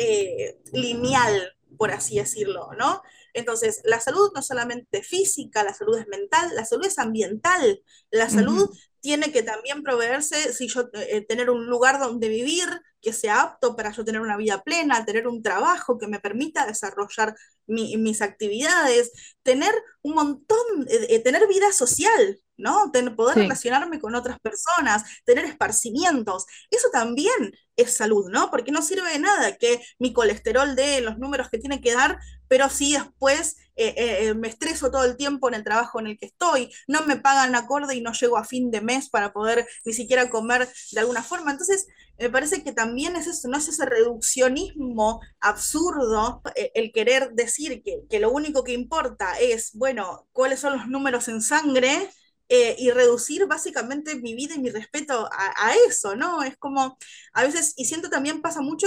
lineal, por así decirlo, ¿no? Entonces, la salud no solamente física, la salud es mental, la salud es ambiental, la Ujú. salud tiene que también proveerse, si yo tener un lugar donde vivir que sea apto para yo tener una vida plena, tener un trabajo que me permita desarrollar mis actividades, tener un montón, tener vida social, ¿no? Poder Sí. relacionarme con otras personas, tener esparcimientos. Eso también es salud, ¿no? Porque no sirve de nada que mi colesterol dé los números que tiene que dar, pero si después me estreso todo el tiempo en el trabajo en el que estoy, no me pagan acorde y no llego a fin de mes para poder ni siquiera comer de alguna forma. Entonces, me parece que también es eso, no es ese reduccionismo absurdo, el querer decir que lo único que importa es, bueno, cuáles son los números en sangre, y reducir básicamente mi vida y mi respeto a eso, ¿no? Es como, a veces, y siento también pasa mucho,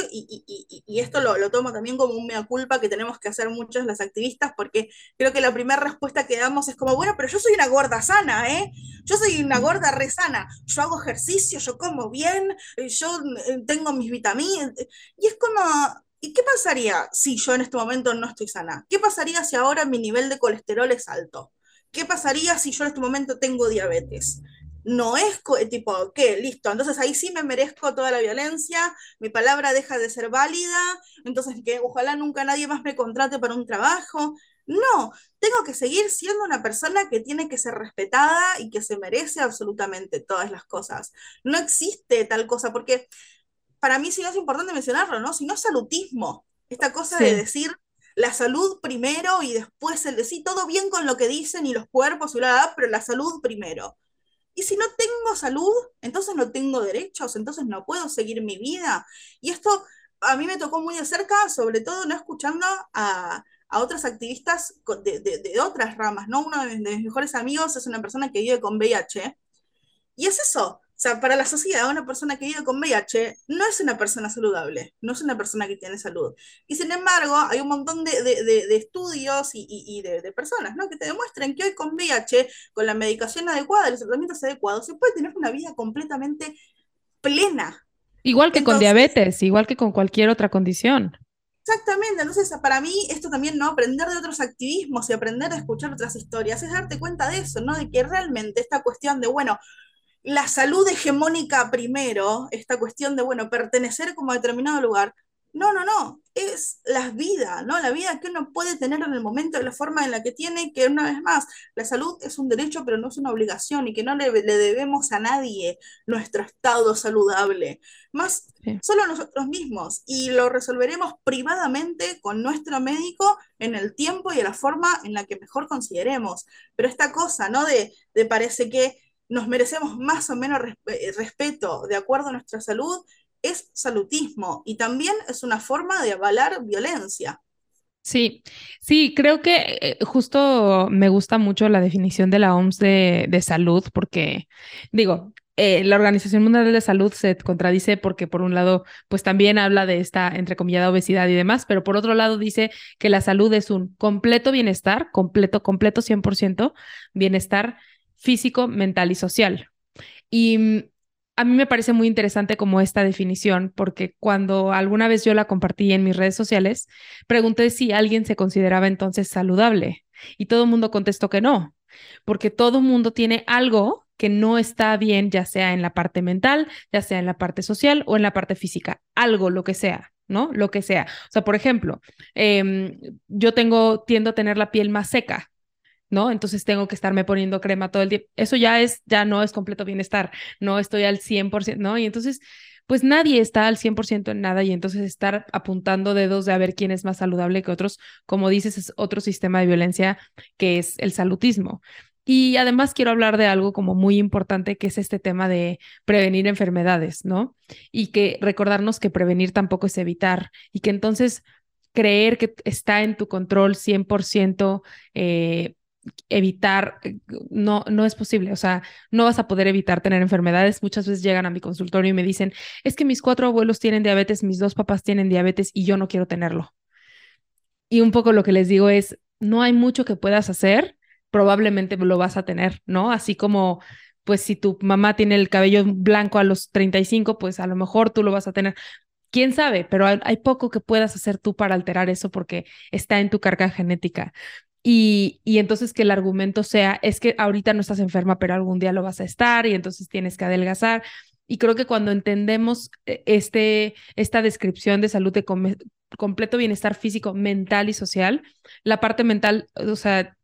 y esto lo tomo también como un mea culpa que tenemos que hacer muchos las activistas, porque creo que la primera respuesta que damos es como, bueno, pero yo soy una gorda sana, ¿eh? Yo soy una gorda re sana, yo hago ejercicio, yo como bien, yo tengo mis vitaminas, y es como... ¿Y qué pasaría si yo en este momento no estoy sana? ¿Qué pasaría si ahora mi nivel de colesterol es alto? ¿Qué pasaría si yo en este momento tengo diabetes? No es tipo, ¿qué? Listo. Entonces ahí sí me merezco toda la violencia, mi palabra deja de ser válida, entonces que ojalá nunca nadie más me contrate para un trabajo. No, tengo que seguir siendo una persona que tiene que ser respetada y que se merece absolutamente todas las cosas. No existe tal cosa, porque para mí sí es importante mencionarlo, ¿no? Si no es salutismo, esta cosa de Sí. decir la salud primero y después el decir todo bien con lo que dicen y los cuerpos y la pero la salud primero. Y si no tengo salud, entonces no tengo derechos, entonces no puedo seguir mi vida. Y esto a mí me tocó muy de cerca, sobre todo no escuchando a otros activistas de otras ramas, ¿no? Uno de mis mejores amigos es una persona que vive con VIH, y es eso. O sea, para la sociedad, una persona que vive con VIH no es una persona saludable, no es una persona que tiene salud. Y sin embargo, hay un montón de estudios y de personas, ¿no? Que te demuestran que hoy con VIH, con la medicación adecuada, los tratamientos adecuados, se puede tener una vida completamente plena. Igual que con Entonces, diabetes, igual que con cualquier otra condición. exactamente, entonces para mí esto también, ¿no? Aprender de otros activismos y aprender a escuchar otras historias es darte cuenta de eso, ¿no? De que realmente esta cuestión de, bueno, la salud hegemónica primero, esta cuestión de, bueno, pertenecer como a determinado lugar. No, no, no, es la vida, ¿no? La vida que uno puede tener en el momento, de la forma en la que tiene, que una vez más, la salud es un derecho, pero no es una obligación y que no le debemos a nadie nuestro estado saludable, más Sí. solo a nosotros mismos, y lo resolveremos privadamente con nuestro médico en el tiempo y en la forma en la que mejor consideremos. Pero esta cosa, ¿no? De parece que nos merecemos más o menos respeto de acuerdo a nuestra salud, es salutismo y también es una forma de avalar violencia. Sí, sí, creo que justo me gusta mucho la definición de la OMS de salud, porque digo, la Organización Mundial de la Salud se contradice porque por un lado, pues también habla de esta entrecomillada obesidad y demás, pero por otro lado dice que la salud es un completo bienestar, completo 100% bienestar físico, mental y social. Y a mí me parece muy interesante como esta definición, porque cuando alguna vez yo la compartí en mis redes sociales, pregunté si alguien se consideraba entonces saludable y todo el mundo contestó que no, porque todo el mundo tiene algo que no está bien, ya sea en la parte mental, ya sea en la parte social o en la parte física, algo, lo que sea. ¿No? Lo que sea. O sea, por ejemplo, yo tiendo a tener la piel más seca, ¿no? Entonces tengo que estarme poniendo crema todo el tiempo. Eso ya no es completo bienestar, no estoy al 100%, ¿no? Y entonces, pues nadie está al 100% en nada y entonces estar apuntando dedos de a ver quién es más saludable que otros, como dices, es otro sistema de violencia que es el salutismo. Y además quiero hablar de algo como muy importante, que es este tema de prevenir enfermedades, ¿no? Y que recordarnos que prevenir tampoco es evitar y que entonces creer que está en tu control 100% eh, evitar, no es posible, o sea, no vas a poder evitar tener enfermedades. Muchas veces llegan a mi consultorio y me dicen, es que mis cuatro abuelos tienen diabetes, mis dos papás tienen diabetes y yo no quiero tenerlo. Y un poco lo que les digo es, no hay mucho que puedas hacer, probablemente lo vas a tener, ¿no? Así como, pues si tu mamá tiene el cabello blanco a los 35, pues a lo mejor tú lo vas a tener. Quién sabe, pero hay poco que puedas hacer tú para alterar eso porque está en tu carga genética. Y entonces que el argumento sea, es que ahorita no estás enferma, pero algún día lo vas a estar y entonces tienes que adelgazar. Y creo que cuando entendemos esta descripción de salud de completo bienestar físico, mental y social, la parte mental, o sea,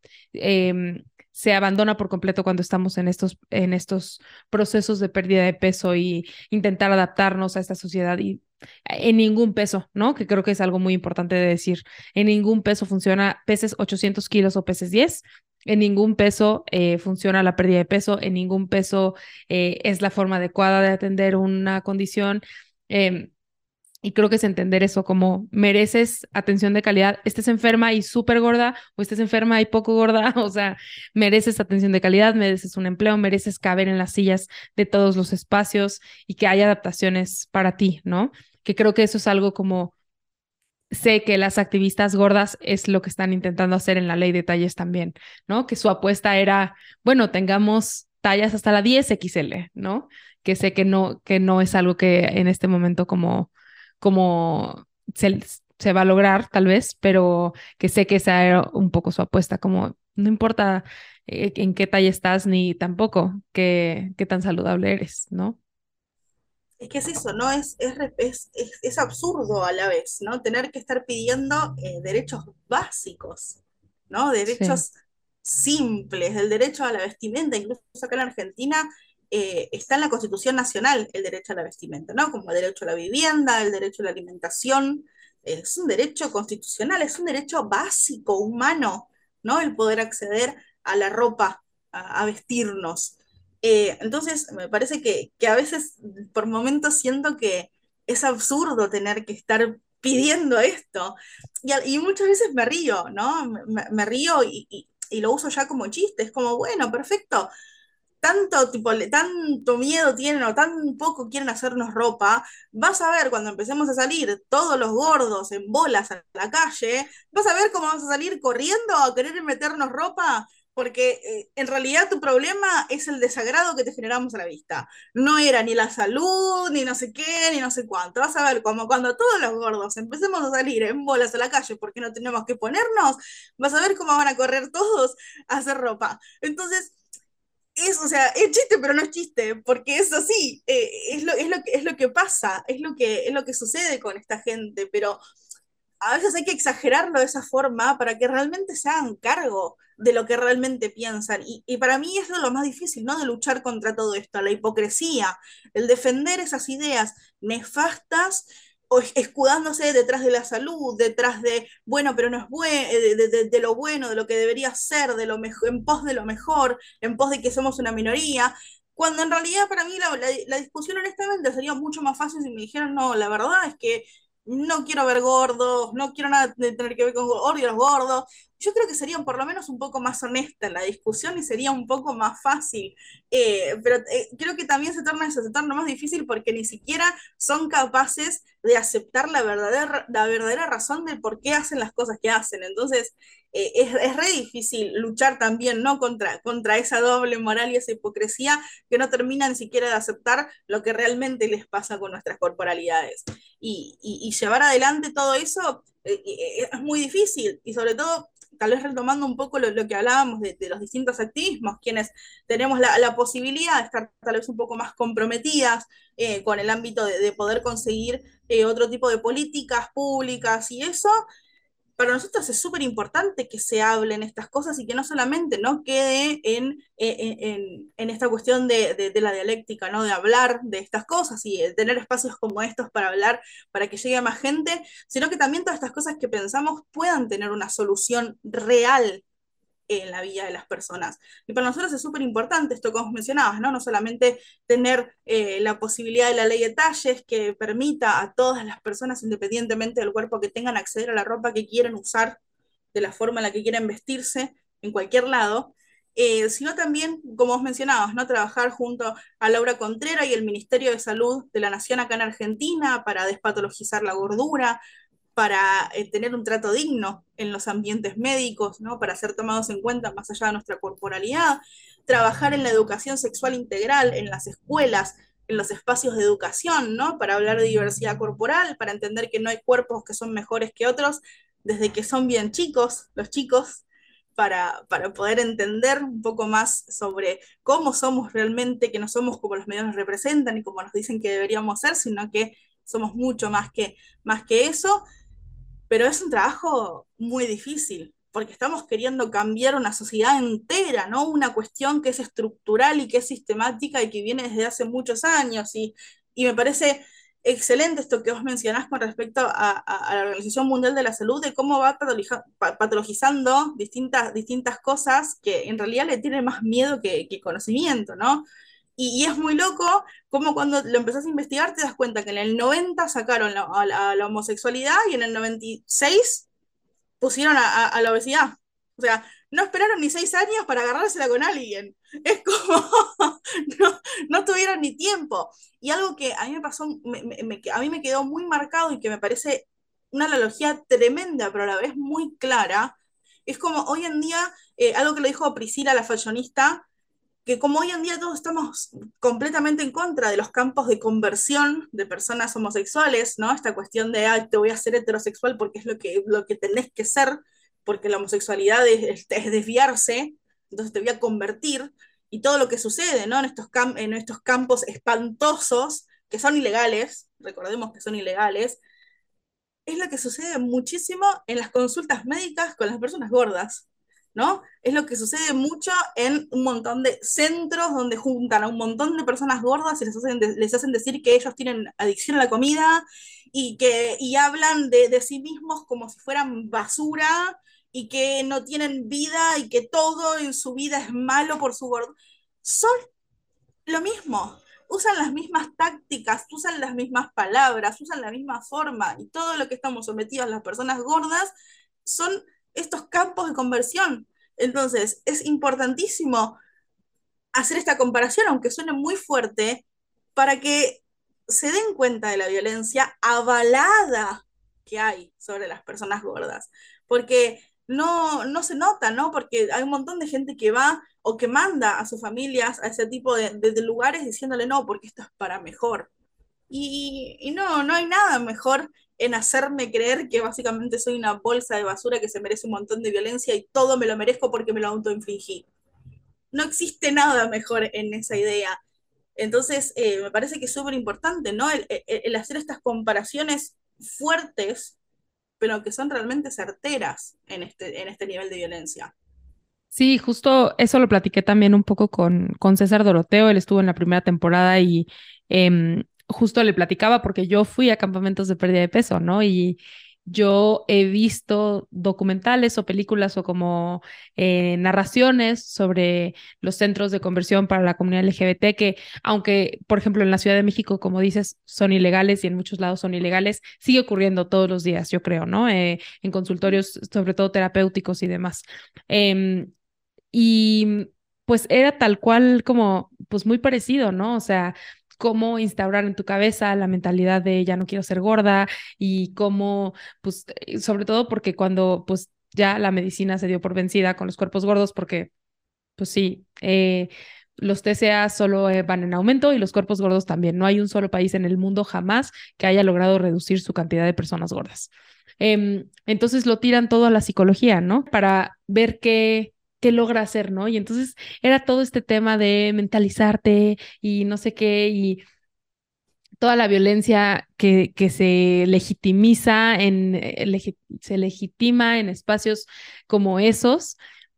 se abandona por completo cuando estamos en estos procesos de pérdida de peso y intentar adaptarnos a esta sociedad y en ningún peso, ¿no? Que creo que es algo muy importante de decir. En ningún peso funciona, peses 800 kilos o peses 10. En ningún peso funciona la pérdida de peso, en ningún peso es la forma adecuada de atender una condición. Eh, y creo que es entender eso como mereces atención de calidad, estés enferma y súper gorda o estés enferma y poco gorda, o sea, mereces atención de calidad, mereces un empleo, mereces caber en las sillas de todos los espacios y que haya adaptaciones para ti, ¿no? Que creo que eso es algo como, sé que las activistas gordas es lo que están intentando hacer en la ley de talles también, ¿no? Que su apuesta era, bueno, tengamos tallas hasta la 10 XL, ¿no? Que sé que no es algo que en este momento como se va a lograr tal vez, pero que sé que esa era un poco su apuesta, como no importa en qué talla estás ni tampoco qué tan saludable eres, ¿no? Es que es eso, ¿no? Es absurdo a la vez, ¿no? Tener que estar pidiendo derechos básicos, ¿no? Sí. Derechos simples, el derecho a la vestimenta, incluso acá en Argentina está en la Constitución Nacional el derecho a la vestimenta, ¿no? Como el derecho a la vivienda, el derecho a la alimentación, es un derecho constitucional, es un derecho básico, humano, ¿no? El poder acceder a la ropa, a vestirnos. Entonces, me parece que a veces, por momentos, siento que es absurdo tener que estar pidiendo esto. Y muchas veces me río, ¿no? Me río y lo uso ya como chiste. Es como, bueno, perfecto. Tanto, tipo, tanto miedo tienen o tan poco quieren hacernos ropa. Vas a ver cuando empecemos a salir todos los gordos en bolas a la calle, vas a ver cómo vamos a salir corriendo a querer meternos ropa porque en realidad tu problema es el desagrado que te generamos a la vista. No era ni la salud, ni no sé qué, ni no sé cuánto. Vas a ver como cuando todos los gordos empecemos a salir en bolas a la calle porque no tenemos que ponernos, vas a ver cómo van a correr todos a hacer ropa. Entonces, o sea, es chiste, pero no es chiste, porque es así, es lo que pasa, es lo que sucede con esta gente, pero a veces hay que exagerarlo de esa forma para que realmente se hagan cargo de lo que realmente piensan. Y para mí es lo más difícil, ¿no? De luchar contra todo esto, la hipocresía, el defender esas ideas nefastas o escudándose detrás de la salud, detrás de, bueno, pero no es bueno, de lo bueno, de lo que debería ser, de lo mejor, en pos de lo mejor, en pos de que somos una minoría, cuando en realidad para mí la discusión honestamente sería mucho más fácil si me dijeran, no, la verdad es que no quiero ver gordos, no quiero nada de tener que ver con odio a los gordos. Yo creo que serían por lo menos un poco más honesta en la discusión y sería un poco más fácil. Pero creo que también se torna más difícil porque ni siquiera son capaces de aceptar la verdadera razón del por qué hacen las cosas que hacen. Entonces, es re difícil luchar también, ¿no? Contra esa doble moral y esa hipocresía que no terminan ni siquiera de aceptar lo que realmente les pasa con nuestras corporalidades y llevar adelante todo eso es muy difícil y sobre todo tal vez retomando un poco lo que hablábamos de los distintos activismos, quienes tenemos la posibilidad de estar tal vez un poco más comprometidas con el ámbito de poder conseguir otro tipo de políticas públicas y eso, para nosotros es súper importante que se hablen estas cosas y que no solamente no quede en esta cuestión de la dialéctica, ¿no? De hablar de estas cosas y de tener espacios como estos para hablar, para que llegue a más gente, sino que también todas estas cosas que pensamos puedan tener una solución real en la vida de las personas. Y para nosotros es súper importante esto que vos mencionabas, ¿no? No solamente tener la posibilidad de la ley de talles que permita a todas las personas, independientemente del cuerpo que tengan, acceder a la ropa que quieren usar, de la forma en la que quieren vestirse, en cualquier lado, sino también, como vos mencionabas, ¿no? Trabajar junto a Laura Contreras y el Ministerio de Salud de la Nación acá en Argentina para despatologizar la gordura, para tener un trato digno en los ambientes médicos, ¿no? Para ser tomados en cuenta más allá de nuestra corporalidad, trabajar en la educación sexual integral en las escuelas, en los espacios de educación, ¿no? Para hablar de diversidad corporal, para entender que no hay cuerpos que son mejores que otros desde que son bien chicos, los chicos, para poder entender un poco más sobre cómo somos realmente, que no somos como los medios nos representan y como nos dicen que deberíamos ser, sino que somos mucho más que eso, pero es un trabajo muy difícil, porque estamos queriendo cambiar una sociedad entera, ¿no? Una cuestión que es estructural y que es sistemática y que viene desde hace muchos años. Y me parece excelente esto que vos mencionás con respecto a la Organización Mundial de la Salud, de cómo va patologizando distintas cosas que en realidad le tienen más miedo que conocimiento, ¿no? Y es muy loco como cuando lo empezás a investigar te das cuenta que en el 90 sacaron la homosexualidad y en el 96 pusieron a la obesidad. O sea, no esperaron ni 6 años para agarrársela con alguien. Es como, no, no tuvieron ni tiempo. Y algo que a mí me pasó, a mí me quedó muy marcado y que me parece una analogía tremenda, pero a la vez muy clara, es como hoy en día, algo que le dijo Priscila, la fashionista, que como hoy en día todos estamos completamente en contra de los campos de conversión de personas homosexuales, ¿no? Esta cuestión de, ay, te voy a ser heterosexual porque es lo que tenés que ser, porque la homosexualidad es desviarse, entonces te voy a convertir, y todo lo que sucede, ¿no? En estos campos espantosos, que son ilegales, recordemos que son ilegales, es lo que sucede muchísimo en las consultas médicas con las personas gordas, ¿no? Es lo que sucede mucho en un montón de centros donde juntan a un montón de personas gordas y les hacen decir que ellos tienen adicción a la comida y hablan de sí mismos como si fueran basura y que no tienen vida y que todo en su vida es malo por su gordura. Son lo mismo, usan las mismas tácticas, usan las mismas palabras, usan la misma forma y todo lo que estamos sometidos las personas gordas son estos campos de conversión. Entonces, es importantísimo hacer esta comparación, aunque suene muy fuerte, para que se den cuenta de la violencia avalada que hay sobre las personas gordas, porque no se nota, ¿no? Porque hay un montón de gente que va o que manda a sus familias a ese tipo de lugares diciéndole no, porque esto es para mejor. Y no hay nada mejor en hacerme creer que básicamente soy una bolsa de basura que se merece un montón de violencia y todo me lo merezco porque me lo autoinfligí. No existe nada mejor en esa idea. Entonces, me parece que es súper importante, ¿no? El hacer estas comparaciones fuertes, pero que son realmente certeras en este nivel de violencia. Sí, justo eso lo platiqué también un poco con César Doroteo. Él estuvo en la primera temporada y justo le platicaba porque yo fui a campamentos de pérdida de peso, ¿no? Y yo he visto documentales o películas o como narraciones sobre los centros de conversión para la comunidad LGBT que, aunque, por ejemplo, en la Ciudad de México, como dices, son ilegales y en muchos lados son ilegales, sigue ocurriendo todos los días, yo creo, ¿no? En consultorios, sobre todo terapéuticos y demás. Em, y pues era tal cual como, pues muy parecido, ¿no? O sea, cómo instaurar en tu cabeza la mentalidad de ya no quiero ser gorda y cómo, pues, sobre todo porque cuando, pues, ya la medicina se dio por vencida con los cuerpos gordos, porque, pues sí, los TCA solo van en aumento y los cuerpos gordos también. No hay un solo país en el mundo jamás que haya logrado reducir su cantidad de personas gordas. Entonces lo tiran todo a la psicología, ¿no? Para ver qué logra hacer, ¿no? Y entonces era todo este tema de mentalizarte y no sé qué, y toda la violencia que se legitimiza se legitima en espacios como esos.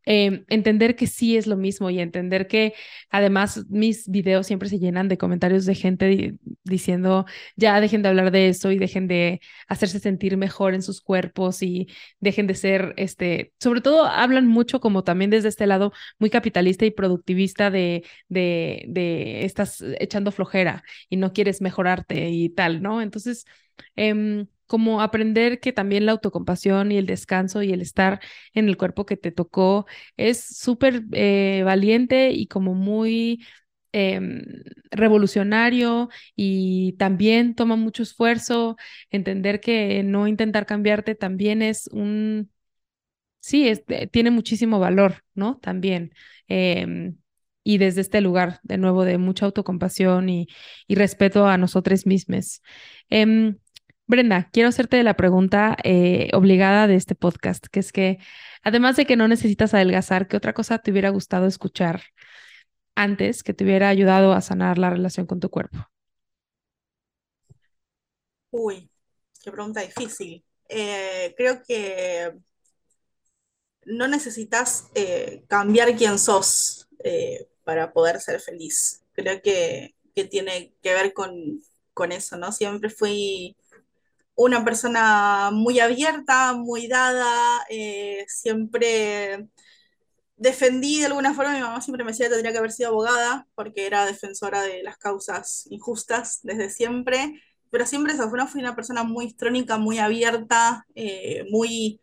entender que sí es lo mismo y entender que además mis videos siempre se llenan de comentarios de gente diciendo ya dejen de hablar de eso y dejen de hacerse sentir mejor en sus cuerpos y dejen de ser, sobre todo hablan mucho como también desde este lado muy capitalista y productivista de estás echando flojera y no quieres mejorarte y tal, ¿no? Entonces, como aprender que también la autocompasión y el descanso y el estar en el cuerpo que te tocó es súper valiente y como muy em, revolucionario y también toma mucho esfuerzo. Entender que no intentar cambiarte también es sí, tiene muchísimo valor, ¿no? También. Em, y desde este lugar, de nuevo, de mucha autocompasión y respeto a nosotros mismos. Em, Brenda, quiero hacerte la pregunta obligada de este podcast, que es que, además de que no necesitas adelgazar, ¿qué otra cosa te hubiera gustado escuchar antes que te hubiera ayudado a sanar la relación con tu cuerpo? Uy, qué pregunta difícil. Creo que no necesitas cambiar quién sos para poder ser feliz. Creo que tiene que ver con eso, ¿no? Siempre fui una persona muy abierta, muy dada, siempre defendí de alguna forma, mi mamá siempre me decía que tendría que haber sido abogada porque era defensora de las causas injustas desde siempre, pero siempre esa fue una persona muy histrónica, muy abierta, muy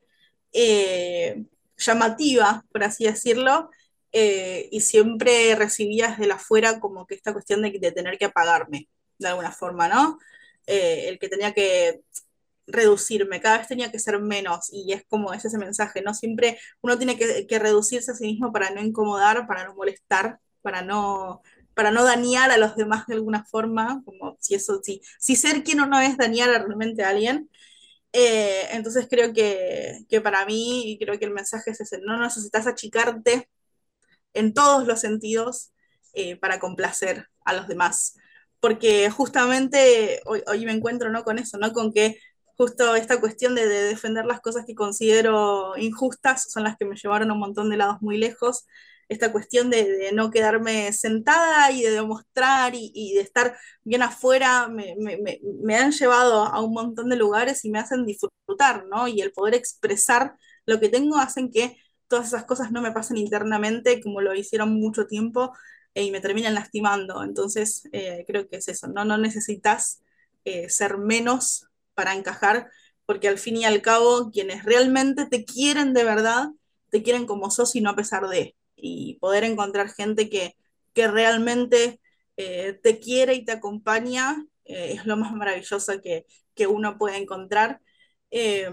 llamativa, por así decirlo, y siempre recibía desde la afuera como que esta cuestión de tener que apagarme, de alguna forma, ¿no? El que tenía que reducirme, cada vez tenía que ser menos, y es como es ese mensaje, ¿no? Siempre uno tiene que reducirse a sí mismo para no incomodar, para no molestar, para no dañar a los demás de alguna forma, como si eso, si ser quien uno es dañar a realmente a alguien. Entonces creo que para mí, y creo que el mensaje es ese, no necesitas achicarte en todos los sentidos para complacer a los demás. Porque justamente hoy me encuentro, ¿no? Con eso, ¿no? Con que justo esta cuestión de defender las cosas que considero injustas son las que me llevaron a un montón de lados muy lejos. Esta cuestión de no quedarme sentada y de demostrar y de estar bien afuera me han llevado a un montón de lugares y me hacen disfrutar, ¿no? Y el poder expresar lo que tengo hacen que todas esas cosas no me pasen internamente como lo hicieron mucho tiempo y me terminan lastimando. Entonces, creo que es eso, ¿no? No necesitas ser menos para encajar, porque al fin y al cabo, quienes realmente te quieren de verdad, te quieren como sos y no a pesar de. Y poder encontrar gente que realmente te quiere y te acompaña es lo más maravilloso que uno puede encontrar. Eh,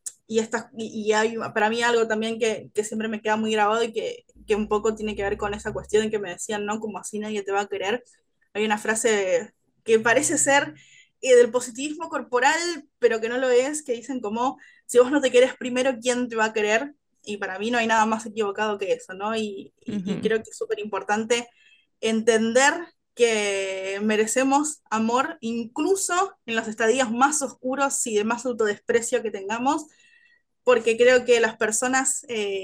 y hay para mí algo también que siempre me queda muy grabado y que un poco tiene que ver con esa cuestión en que me decían, ¿no? Como así nadie te va a querer. Hay una frase que parece ser del positivismo corporal, pero que no lo es, que dicen como, si vos no te querés primero, ¿quién te va a querer? Y para mí no hay nada más equivocado que eso, ¿no? Y Ujú. creo que es súper importante entender que merecemos amor incluso en los estadios más oscuros y de más autodesprecio que tengamos, porque creo que las personas,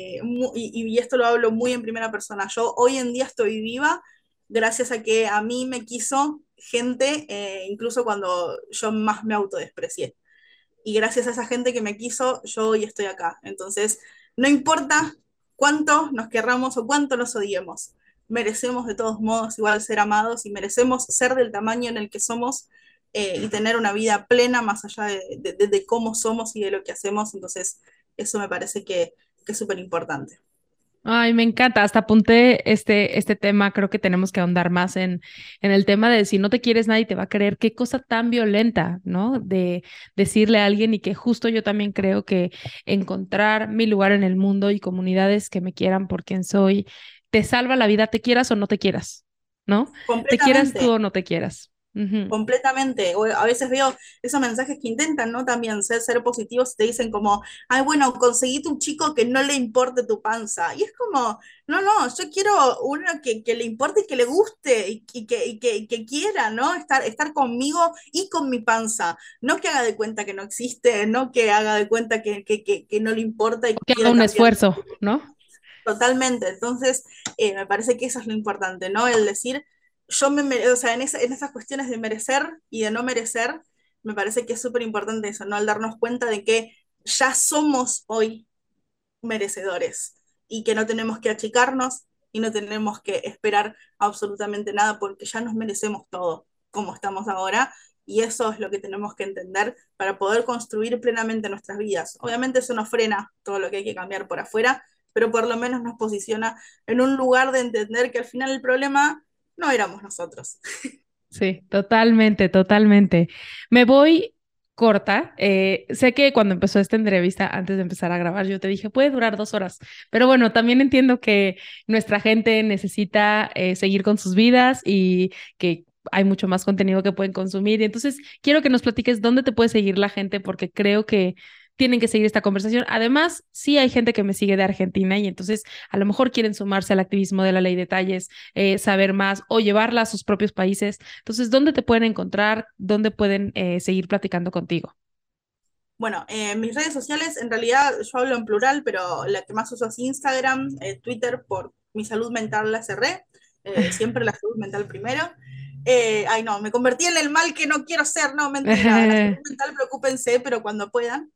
y esto lo hablo muy en primera persona, yo hoy en día estoy viva gracias a que a mí me quiso gente, incluso cuando yo más me autodesprecié. Y gracias a esa gente que me quiso, yo hoy estoy acá. Entonces, no importa cuánto nos querramos o cuánto nos odiemos, merecemos de todos modos igual ser amados y merecemos ser del tamaño en el que somos y tener una vida plena más allá de cómo somos y de lo que hacemos. Entonces, eso me parece que es súper importante. Ay, me encanta. Hasta apunté este tema. Creo que tenemos que ahondar más en el tema de si no te quieres, nadie te va a querer. Qué cosa tan violenta, ¿no? De decirle a alguien y que justo yo también creo que encontrar mi lugar en el mundo y comunidades que me quieran por quien soy, te salva la vida, te quieras o no te quieras, ¿no? Te quieras tú Completamente. o no te quieras. Ujú, Completamente. O a veces veo esos mensajes que intentan, ¿no? También ser positivos, te dicen como, ay, bueno, conseguite un chico que no le importe tu panza. Y es como, no, no, yo quiero uno que le importe y que le guste y que quiera, ¿no? Estar conmigo y con mi panza. No que haga de cuenta que no existe, no que haga de cuenta que no le importa y o que que haga quiera un cambiar. esfuerzo, ¿no? Totalmente. Entonces, me parece que eso es lo importante, ¿no? El decir, o sea, en esas cuestiones de merecer y de no merecer, me parece que es súper importante eso, ¿no? Al darnos cuenta de que ya somos hoy merecedores y que no tenemos que achicarnos y no tenemos que esperar absolutamente nada porque ya nos merecemos todo como estamos ahora y eso es lo que tenemos que entender para poder construir plenamente nuestras vidas. Obviamente eso nos frena todo lo que hay que cambiar por afuera, pero por lo menos nos posiciona en un lugar de entender que al final el problema no éramos nosotros. Sí, totalmente, totalmente. Me voy corta. Sé que cuando empezó esta entrevista, antes de empezar a grabar, yo te dije, puede durar 2 horas, pero bueno, también entiendo que nuestra gente necesita seguir con sus vidas y que hay mucho más contenido que pueden consumir. Y entonces, quiero que nos platiques dónde te puede seguir la gente, porque creo que tienen que seguir esta conversación. Además, sí hay gente que me sigue de Argentina y entonces a lo mejor quieren sumarse al activismo de la ley de talles, saber más o llevarla a sus propios países. Entonces, ¿dónde te pueden encontrar? ¿Dónde pueden seguir platicando contigo? Bueno, mis redes sociales, en realidad yo hablo en plural, pero la que más uso es Instagram, Twitter, por mi salud mental la cerré, siempre la salud mental primero. Ay, no, me convertí en el mal que no quiero ser, no, mentira, la salud mental, preocúpense, pero cuando puedan.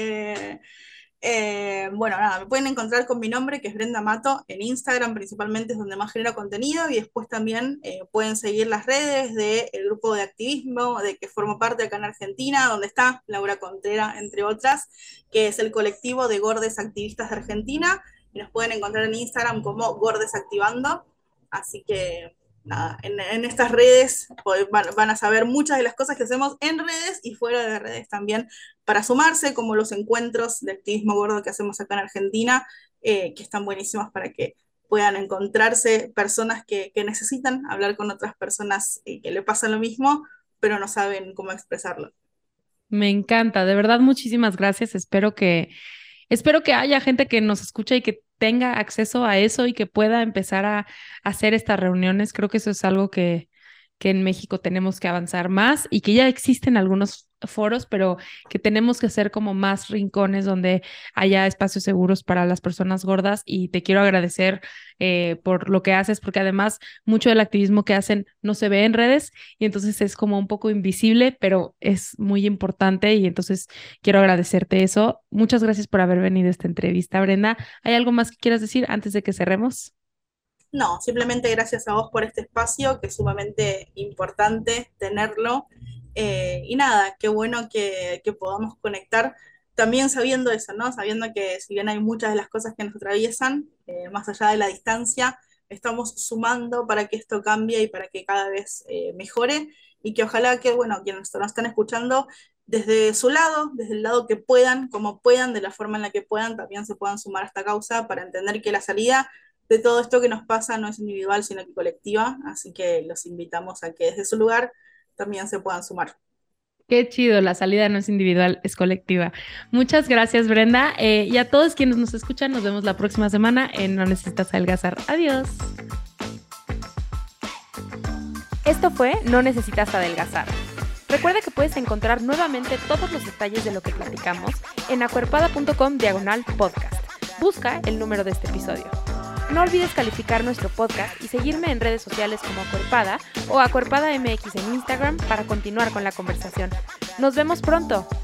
Bueno, nada, me pueden encontrar con mi nombre, que es Brenda Mato, en Instagram principalmente es donde más genero contenido y después también pueden seguir las redes del grupo de activismo de que formo parte acá en Argentina, donde está Laura Contera, entre otras, que es el colectivo de Gordes Activistas de Argentina y nos pueden encontrar en Instagram como Gordes Activando, así que nada, en estas redes van a saber muchas de las cosas que hacemos en redes y fuera de redes también para sumarse, como los encuentros de activismo gordo que hacemos acá en Argentina, que están buenísimos para que puedan encontrarse personas que necesitan hablar con otras personas que le pasa lo mismo, pero no saben cómo expresarlo. Me encanta, de verdad, muchísimas gracias. Espero que haya gente que nos escuche y que tenga acceso a eso y que pueda empezar a hacer estas reuniones. Creo que eso es algo que en México tenemos que avanzar más y que ya existen algunos foros, pero que tenemos que hacer como más rincones donde haya espacios seguros para las personas gordas. Y te quiero agradecer por lo que haces, porque además mucho del activismo que hacen no se ve en redes y entonces es como un poco invisible, pero es muy importante y entonces quiero agradecerte eso. Muchas gracias por haber venido a esta entrevista, Brenda. ¿Hay algo más que quieras decir antes de que cerremos? No, simplemente gracias a vos por este espacio, que es sumamente importante tenerlo. Y nada, qué bueno que podamos conectar también sabiendo eso, ¿no? Sabiendo que si bien hay muchas de las cosas que nos atraviesan, más allá de la distancia, estamos sumando para que esto cambie y para que cada vez mejore y que ojalá que, bueno, quienes nos están escuchando, desde su lado, desde el lado que puedan, como puedan, de la forma en la que puedan, también se puedan sumar a esta causa para entender que la salida de todo esto que nos pasa no es individual, sino que colectiva, así que los invitamos a que desde su lugar también se puedan sumar. Qué chido, la salida no es individual, es colectiva. Muchas gracias, Brenda. Y a todos quienes nos escuchan, nos vemos la próxima semana en No Necesitas Adelgazar. Adiós. Esto fue No Necesitas Adelgazar. Recuerda que puedes encontrar nuevamente todos los detalles de lo que platicamos en acuerpada.com/podcast. Busca el número de este episodio. No olvides calificar nuestro podcast y seguirme en redes sociales como Acuerpada o Acuerpada MX en Instagram para continuar con la conversación. Nos vemos pronto.